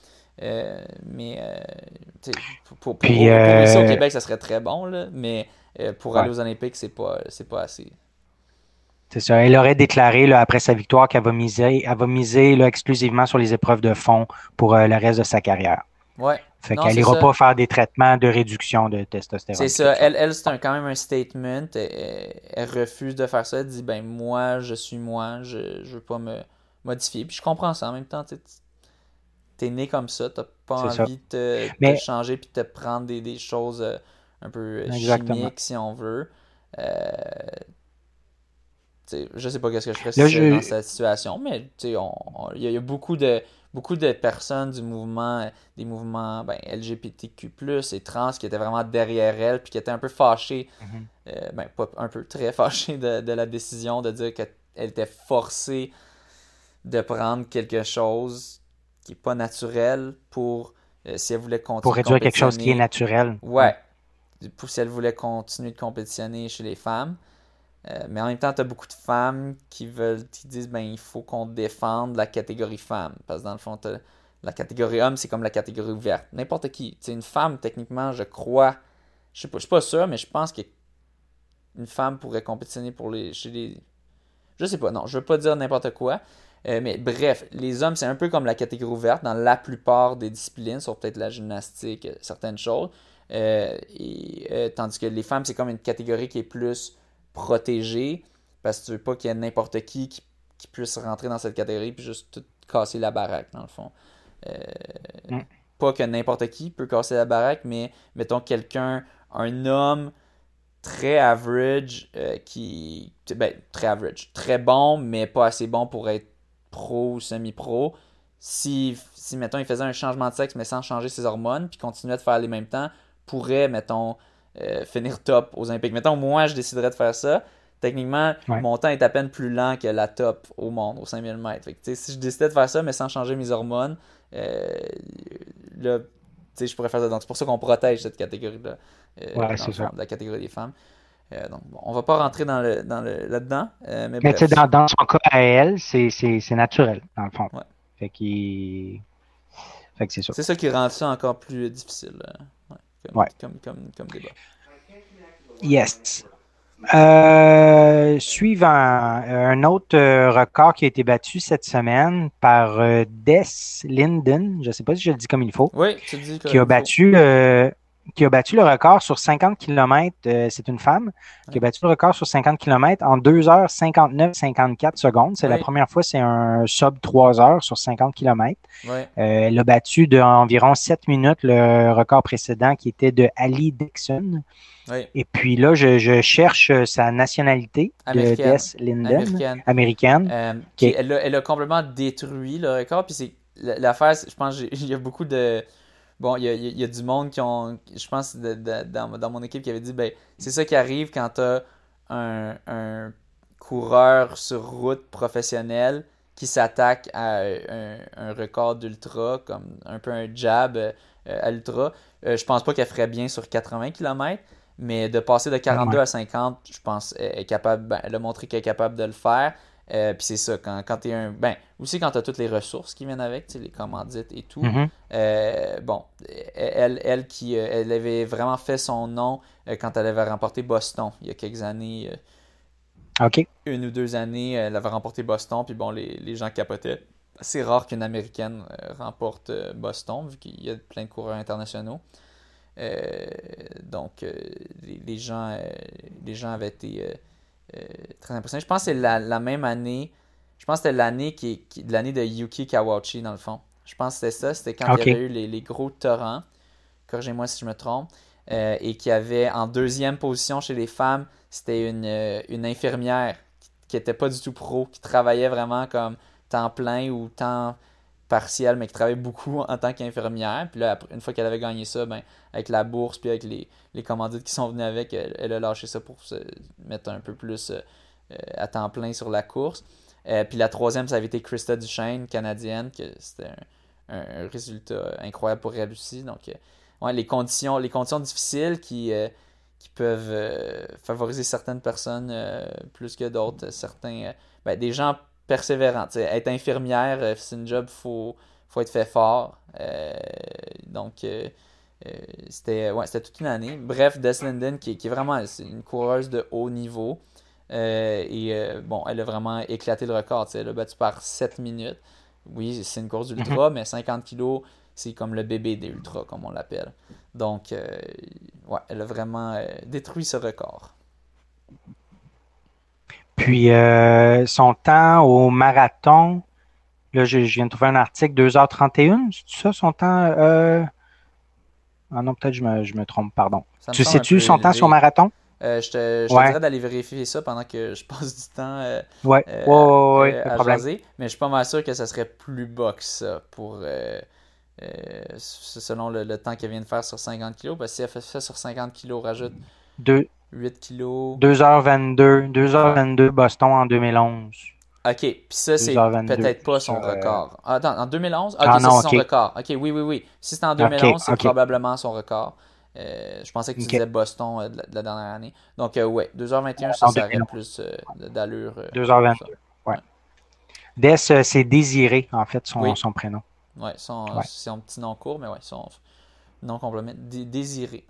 Pour ici au Québec, ça serait très bon, là, mais pour aller aux Olympiques, c'est pas assez. C'est ça. Elle aurait déclaré là, après sa victoire qu'elle va miser là, exclusivement sur les épreuves de fond pour le reste de sa carrière. Ouais. Fait Non, qu'elle n'ira pas faire des traitements de réduction de testostérone. C'est ça. Elle c'est quand même un statement. Elle refuse de faire ça. Elle dit, ben moi, je suis moi. Je veux pas me modifier. Puis je comprends ça. En même temps, t'es né comme ça. T'as pas envie de te changer puis de te prendre des choses un peu chimiques, si on veut. Je sais pas qu'est-ce que je ferais dans cette situation, mais il y a beaucoup de personnes des mouvements LGBTQ+, et trans qui étaient vraiment derrière elle, puis qui étaient un peu fâchées, pas un peu, très fâchées de la décision de dire qu'elle était forcée de prendre quelque chose qui est pas naturel pour, si elle voulait continuer pour réduire quelque chose qui est naturel. Ouais. Pour si elle voulait continuer de compétitionner chez les femmes. Mais en même temps, tu as beaucoup de femmes qui disent il faut qu'on défende la catégorie femme. Parce que dans le fond, la catégorie homme, c'est comme la catégorie ouverte. N'importe qui. Une femme, techniquement, je crois, je suis pas sûr, mais je pense qu'une femme pourrait compétitionner chez les. Je sais pas, non, je veux pas dire n'importe quoi. Mais bref, les hommes, c'est un peu comme la catégorie ouverte dans la plupart des disciplines, sauf peut-être la gymnastique, certaines choses. Tandis que les femmes, c'est comme une catégorie qui est plus protégé parce que tu veux pas qu'il y ait n'importe qui puisse rentrer dans cette catégorie puis juste tout casser la baraque dans le fond. Pas que n'importe qui peut casser la baraque, mais mettons un homme très average très average, très bon mais pas assez bon pour être pro ou semi-pro. Si mettons il faisait un changement de sexe mais sans changer ses hormones puis continuait de faire les mêmes temps, pourrait mettons finir top aux Olympiques. Mettons, moi, je déciderais de faire ça. Techniquement, mon temps est à peine plus lent que la top au monde, aux 5000 mètres. Fait que, si je décidais de faire ça, mais sans changer mes hormones, là, je pourrais faire ça. Donc, c'est pour ça qu'on protège cette catégorie-là. La catégorie des femmes. Donc, bon, on va pas rentrer là-dedans. Mais dans son cas à elle, c'est naturel, dans le fond. Ouais. Fait que c'est ça. C'est ça qui rend ça encore plus difficile. Comme débat. Yes. Suivant, un autre record qui a été battu cette semaine par Des Linden, je ne sais pas si je le dis comme il faut, oui, tu dis qui a battu le record sur 50 km, c'est une femme, qui a battu le record sur 50 km en 2h59-54 secondes. C'est la première fois, c'est un sub 3 heures sur 50 km. Elle a battu d'environ 7 minutes le record précédent qui était de Ali Dixon. Oui. Et puis là, je cherche sa nationalité de Des Linden. Américaine. Elle a complètement détruit le record. Puis c'est l'affaire, je pense il y a beaucoup de... Bon, il y a du monde qui ont... Je pense dans mon équipe qui avait dit, c'est ça qui arrive quand tu as un coureur sur route professionnel qui s'attaque à un record d'ultra, comme un peu un jab à l'ultra. Je pense pas qu'elle ferait bien sur 80 km. Mais de passer de 42 à 50, je pense elle est capable. Elle a montré qu'elle est capable de le faire. Puis c'est ça, quand tu es aussi quand tu as toutes les ressources qui viennent avec, les commandites et tout. Elle avait vraiment fait son nom quand elle avait remporté Boston il y a quelques années. Une ou 2 années, elle avait remporté Boston. Puis bon, les gens capotaient. C'est rare qu'une Américaine remporte Boston, vu qu'il y a plein de coureurs internationaux. Donc les gens avaient été très impressionnant. Je pense que c'est la même année. Je pense que c'était l'année de Yuki Kawachi, dans le fond. Je pense que c'était ça. C'était quand il y avait eu les gros torrents. Corrigez-moi si je me trompe. Et qui avait en deuxième position chez les femmes, c'était une infirmière qui n'était pas du tout pro, qui travaillait vraiment comme temps plein ou temps partiel, mais qui travaillait beaucoup en tant qu'infirmière. Puis là, une fois qu'elle avait gagné ça, ben, avec la bourse puis avec les commandites qui sont venues avec, elle a lâché ça pour se mettre un peu plus à temps plein sur la course. Puis la troisième, ça avait été Krista Duchesne, canadienne, que c'était un résultat incroyable pour elle aussi. Donc, ouais, les conditions difficiles qui peuvent favoriser certaines personnes plus que d'autres. Des gens persévérants. T'sais, être infirmière, c'est une job, faut être fait fort. C'était toute une année. Bref, Des Linden, qui est vraiment une coureuse de haut niveau. Elle a vraiment éclaté le record. Elle a battu par 7 minutes. Oui, c'est une course d'ultra, mais 50 kilos, c'est comme le bébé des ultras, comme on l'appelle. Donc, elle a vraiment détruit ce record. Puis, son temps au marathon, là, je viens de trouver un article, 2h31, c'est ça son temps? Ah non, peut-être je me trompe, pardon. Tu sais-tu son temps sur marathon? Je te dirais d'aller vérifier ça pendant que je passe du temps à jaser, mais je suis pas mal sûr que ça serait plus bas que ça pour selon le temps qu'elle vient de faire sur 50 kg, parce que si elle fait ça sur 50 kg, rajoute 8 kg. 2h22 Boston en 2011. OK, puis ça, c'est peut-être pas son record. Attends, en 2011? OK, ça, c'est son record. OK, oui. Si c'est en 2011, c'est probablement son record. Je pensais que tu disais Boston de la dernière année. Donc, 2h21, ça aurait plus d'allure. 2h22, ouais. Des, c'est Désiré, en fait, son prénom. Ouais, c'est son petit nom court, mais son nom complément. Désiré.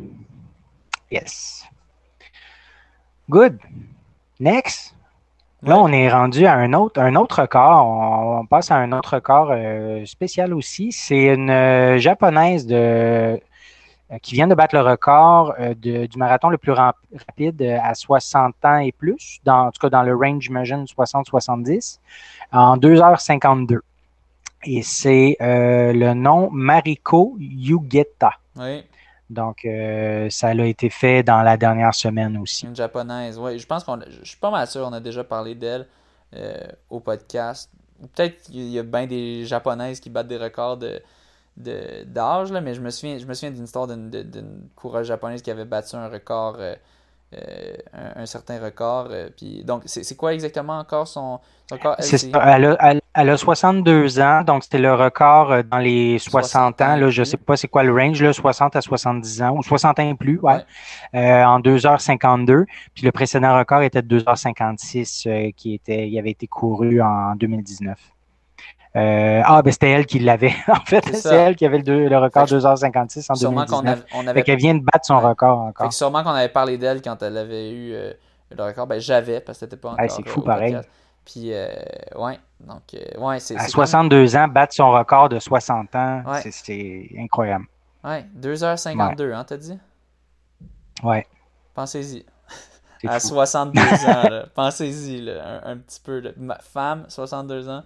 Yes. Good. Next. Là, on est rendu à un autre record. On passe à un autre record spécial aussi. C'est une japonaise qui vient de battre le record du marathon le plus rapide à 60 ans et plus, en tout cas dans le range, j'imagine, 60-70, en 2h52. Et c'est le nom Mariko Yugeta. Oui. Donc, ça a été fait dans la dernière semaine aussi. Une japonaise, oui. Je pense je suis pas mal sûr on a déjà parlé d'elle au podcast. Peut-être qu'il y a bien des japonaises qui battent des records d'âge, là, mais je me souviens d'une histoire d'une coureuse japonaise qui avait battu un record, un certain record. Puis, donc, c'est quoi exactement encore son record? C'est ça, elle a 62 ans, donc c'était le record dans les 60 ans. Là, je ne sais pas c'est quoi le range, là, 60 à 70 ans, ou 60 ans et plus, ouais. En 2h52. Puis le précédent record était de 2h56, il avait été couru en 2019. C'était elle qui l'avait. En fait, c'est elle qui avait le record 2h56 en 2019. Fait qu'elle vient de battre son record encore. Fait que sûrement qu'on avait parlé d'elle quand elle avait eu le record. Ben, j'avais, parce que c'était pas encore. C'est fou, pareil. Puis, c'est. À 62 ans, battre son record de 60 ans, c'est incroyable. Ouais, 2h52, hein, t'as dit? Ouais. Pensez-y. À 62 ans, là. Pensez-y, là, un petit peu. Là. Femme, 62 ans.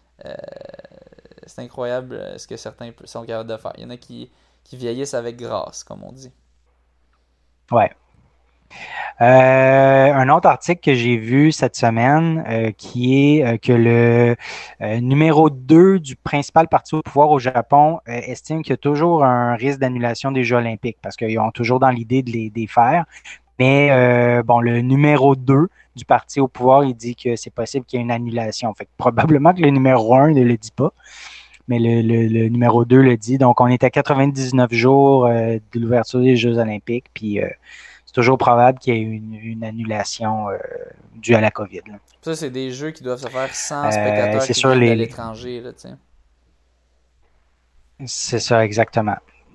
C'est incroyable ce que certains sont capables de faire. Il y en a qui vieillissent avec grâce, comme on dit. Ouais. Un autre article que j'ai vu cette semaine qui est que le numéro 2 du principal parti au pouvoir au Japon estime qu'il y a toujours un risque d'annulation des Jeux olympiques parce qu'ils ont toujours dans l'idée de les faire. Mais le numéro 2 du parti au pouvoir, il dit que c'est possible qu'il y ait une annulation. Fait que probablement que le numéro 1 ne le dit pas, mais le numéro 2 le dit. Donc, on est à 99 jours de l'ouverture des Jeux olympiques, puis c'est toujours probable qu'il y ait une annulation due à la COVID. Là. Ça, c'est des jeux qui doivent se faire sans spectateurs qui viennent de l'étranger. Là, c'est ça, exactement.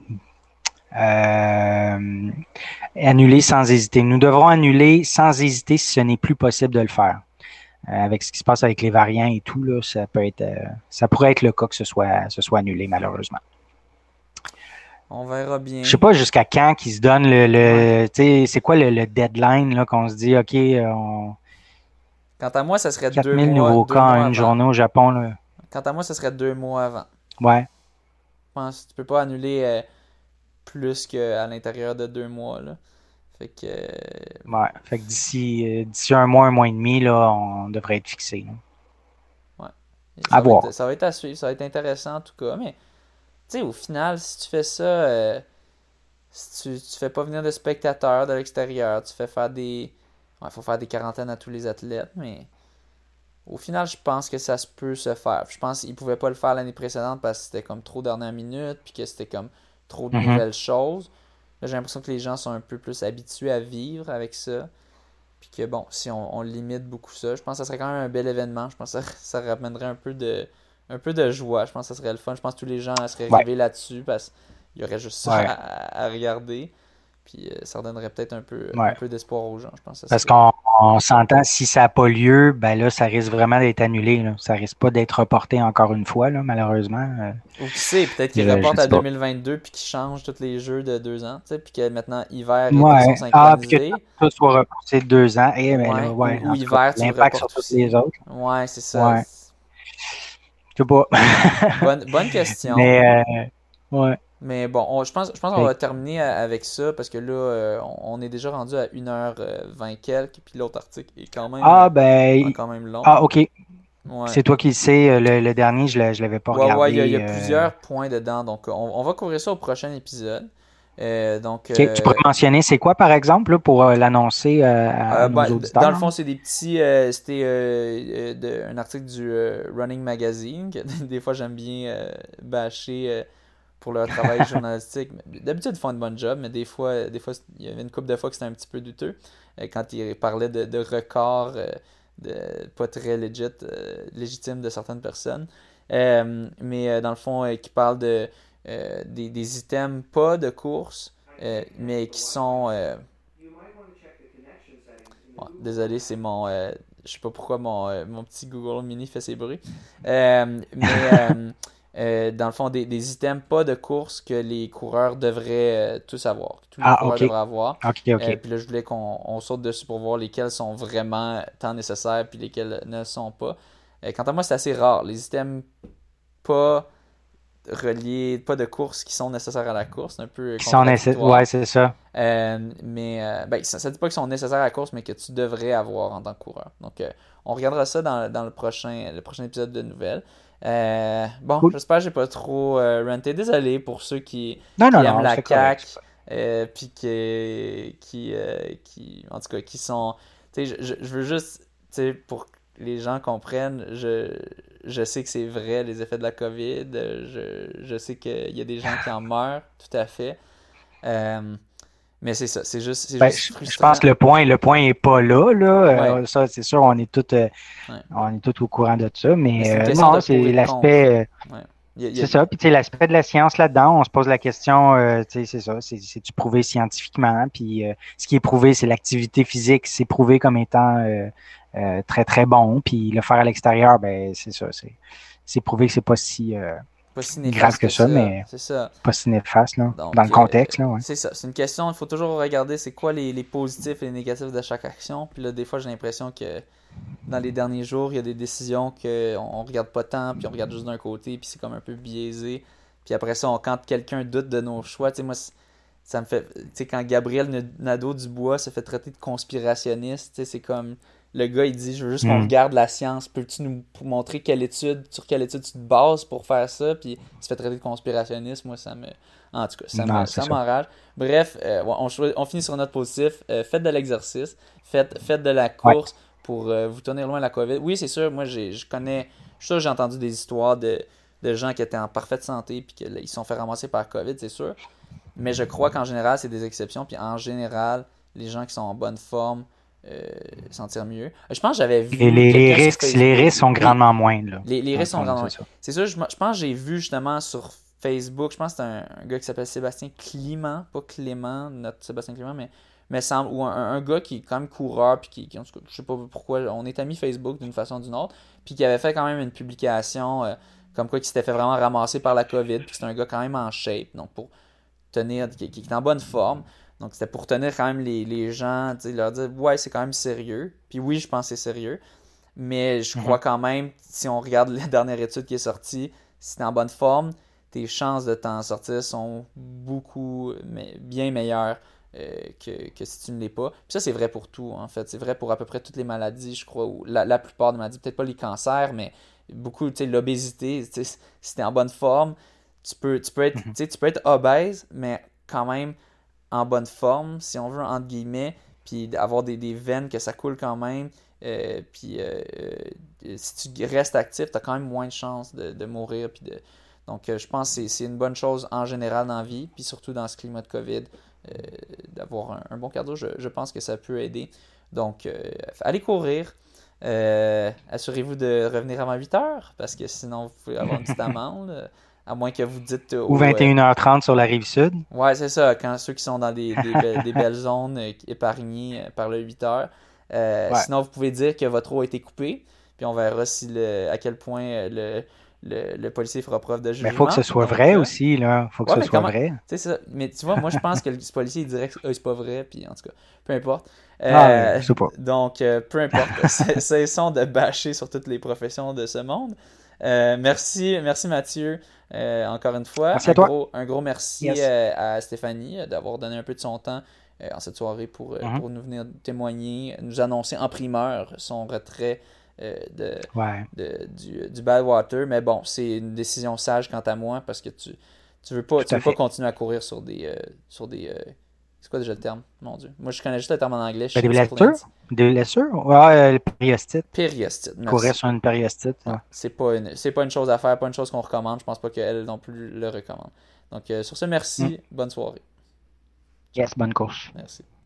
Annuler sans hésiter. Nous devrons annuler sans hésiter si ce n'est plus possible de le faire. Avec ce qui se passe avec les variants et tout, là, ça pourrait être le cas que ce soit annulé, malheureusement. On verra bien. Je sais pas jusqu'à quand qu'ils se donnent tu sais, c'est quoi le deadline là, qu'on se dit, OK, Quant à moi, ça serait 4000 nouveaux deux cas en mois une avant. journée au Japon. Là. Quant à moi, ça serait 2 mois avant. Ouais, Je pense que tu peux pas annuler plus qu'à l'intérieur de 2 mois, là. Fait que, ouais. Fait que d'ici un mois et demi, là, on devrait être fixé. Là. ouais. À voir. Ça va être à suivre, ça va être intéressant en tout cas. Mais, tu sais, au final, si tu fais ça, si tu fais pas venir de spectateurs de l'extérieur, tu fais faire des. Ouais, faut faire des quarantaines à tous les athlètes, mais au final, je pense que ça se peut se faire. Je pense qu'ils pouvaient pas le faire l'année précédente parce que c'était comme trop dernière minute, puis que c'était comme trop de Mhm. nouvelles choses. Là, j'ai l'impression que les gens sont un peu plus habitués à vivre avec ça. Puis que bon, si on limite beaucoup ça, je pense que ça serait quand même un bel événement. Je pense que ça ramènerait un peu de joie. Je pense que ça serait le fun. Je pense que tous les gens seraient Ouais, rivés là-dessus parce qu'il y aurait juste ça ouais, à regarder. Puis ça redonnerait peut-être un ouais. peu d'espoir aux gens. Je pense que ça Parce serait. qu'on s'entend, si ça n'a pas lieu, ben là, ça risque vraiment d'être annulé. Là. Ça risque pas d'être reporté encore une fois, là, malheureusement. Ou qui sait, peut-être qu'ils Je reportent à sais pas. 2022 puis qu'ils changent tous les jeux de 2 ans. Tu sais, puis que maintenant hiver, été sont Ouais. Ah, puis que synchronisés. tout soit repoussé de 2 ans. Eh, mais là, Ouais. ouais, Ou en tout cas, hiver, tu le l'impact sur reportes tous aussi. les autres. Ouais, c'est ça. Ouais. Je sais pas. Bonne question. Mais, ouais. Mais bon, je pense qu'on Fait va terminer avec ça parce que là, on est déjà rendu à 1h20 quelques, puis l'autre article est Ah, ben, quand même long. ah, OK. Ouais. C'est toi qui le sais. Le dernier, je l'avais pas Ouais, il y regardé. a plusieurs points dedans, donc on va couvrir ça au prochain épisode. Donc, OK. Tu pourrais mentionner, c'est quoi, par exemple, là, pour l'annoncer à nos dans le auditeurs? fond, c'est des petits. C'était un article du Running Magazine, que des fois j'aime bien bâcher pour leur travail journalistique. D'habitude, ils font une bonne job, mais des fois il y avait une couple de fois que c'était un petit peu douteux. Quand ils parlaient de records pas très légitimes de certaines personnes. Mais dans le fond, qui parlent des items pas de course, mais qui sont. Ouais, désolé, c'est mon. Je sais pas pourquoi mon petit Google Mini fait ses bruits. Dans le fond, des items pas de course que les coureurs devraient tous avoir. Que tous les Ah, coureurs OK. devraient avoir. OK, OK. Puis là, je voulais qu'on saute dessus pour voir lesquels sont vraiment tant nécessaires puis lesquels ne le sont pas. Quant à moi, c'est assez rare. Les items pas reliés, pas de course qui sont nécessaires à la course. C'est un peu Qui sont contradictoire. Ouais, c'est ça. Mais ça dit pas qu'ils sont nécessaires à la course, mais que tu devrais avoir en tant que coureur. Donc, on regardera ça dans le prochain épisode de nouvelles. Bon, Cool. j'espère que j'ai pas trop ranté. Désolé pour ceux qui Non, aiment la c'est correct. CAQ, puis en tout cas, qui sont. Tu sais, je veux juste, tu sais, pour que les gens comprennent, je sais que c'est vrai les effets de la COVID. Je sais qu'il y a des gens qui en meurent, tout à fait. Mais c'est ça, c'est juste Ben, frustrant. je pense que le point est pas là. Ouais. Ça, c'est sûr, on est tous Ouais. au courant de ça. Mais c'est une Mais question non, de pour et c'est de l'aspect. contre. Ouais. C'est ça. Puis, tu sais, l'aspect de la science là-dedans, on se pose la question, tu sais, c'est ça, c'est-tu prouvé scientifiquement? Puis, ce qui est prouvé, c'est l'activité physique, c'est prouvé comme étant très, très bon. Puis, le faire à l'extérieur, ben, c'est ça, c'est prouvé que c'est pas si Pas si grave néfaste que ça, mais c'est ça. pas si néfaste, là, Donc, dans le contexte, là, ouais. c'est ça. C'est une question, il faut toujours regarder c'est quoi les positifs et les négatifs de chaque action. Puis là, des fois, j'ai l'impression que dans les derniers jours, il y a des décisions qu'on regarde pas tant, puis on regarde juste d'un côté, puis c'est comme un peu biaisé. Puis après ça, quand quelqu'un doute de nos choix, tu sais, moi, ça me fait. Tu sais, quand Gabriel Nadeau-Dubois se fait traiter de conspirationniste, tu sais, c'est comme. Le gars, il dit je veux juste qu'on regarde la science. Peux-tu nous montrer sur quelle étude tu te bases pour faire ça? Puis il se fait traiter de conspirationniste. Moi, ça me. En tout cas, ça m'enrage. Bref, on finit sur notre positif. Faites de l'exercice. Faites de la course pour vous tenir loin de la COVID. Oui, c'est sûr. Moi, je connais. Je suis sûr que j'ai entendu des histoires de gens qui étaient en parfaite santé puis qu'ils se sont fait ramasser par COVID, c'est sûr. Mais je crois qu'en général, c'est des exceptions. Puis en général, les gens qui sont en bonne forme s'en tirent mieux. Je pense que j'avais vu. Et les risques sont grandement moindres. Là. Les risques sont grandement moindres. C'est sûr, je pense que j'ai vu justement sur Facebook, je pense que c'est un gars qui s'appelle Sébastien Clément, pas Clément, notre Sébastien Clément, mais semble, ou un gars qui est quand même coureur, puis qui en tout cas, je sais pas pourquoi, on est amis Facebook d'une façon ou d'une autre, puis qui avait fait quand même une publication comme quoi qui s'était fait vraiment ramasser par la COVID, puis c'est un gars quand même en shape. Donc tenir, qui est en bonne forme. Donc, c'était pour tenir quand même les gens, leur dire, ouais, c'est quand même sérieux. Puis oui, je pense que c'est sérieux. Mais je crois quand même, si on regarde la dernière étude qui est sortie, si tu es en bonne forme, tes chances de t'en sortir sont bien meilleures que si tu ne l'es pas. Puis ça, c'est vrai pour tout, en fait. C'est vrai pour à peu près toutes les maladies, je crois, ou la plupart des maladies. Peut-être pas les cancers, mais beaucoup, l'obésité. Si tu es en bonne forme, tu peux être obèse, mais quand même en bonne forme, si on veut, entre guillemets, puis avoir des veines que ça coule quand même. Puis si tu restes actif, tu as quand même moins de chances de mourir. Donc je pense que c'est une bonne chose en général dans la vie, puis surtout dans ce climat de COVID, d'avoir un bon cardio, je pense que ça peut aider. Donc allez courir. Assurez-vous de revenir avant 8 heures, parce que sinon vous pouvez avoir une petite amende. À moins que vous dites... Ou 21h30 sur la Rive-Sud. Ouais, c'est ça. Quand ceux qui sont dans des belles zones épargnées par le 8 heures. Sinon, vous pouvez dire que votre eau a été coupée. Puis on verra à quel point le policier fera preuve de jugement. Mais il faut que ce soit vrai aussi. Il faut que ce soit vrai. Ça. Mais tu vois, moi, je pense que le policier il dirait que c'est pas vrai. Puis en tout cas, peu importe. Je sais pas. Donc, peu importe. Cessons de bâcher sur toutes les professions de ce monde. Merci Mathieu. Encore une fois, merci à toi. Un gros merci à Stéphanie d'avoir donné un peu de son temps en cette soirée pour nous venir témoigner, nous annoncer en primeur son retrait du Badwater. Mais bon, c'est une décision sage quant à moi, parce que tu veux pas continuer à courir sur des c'est quoi déjà le terme? Mon Dieu. Moi, je connais juste le terme en anglais. Des blessures? Des blessures? Ouais, le périostite. Périostite, merci. Courir sur une périostite. Ouais. C'est pas une chose à faire, pas une chose qu'on recommande. Je pense pas qu'elle non plus le recommande. Donc, sur ce, merci. Bonne soirée. Yes, bonne course. Merci.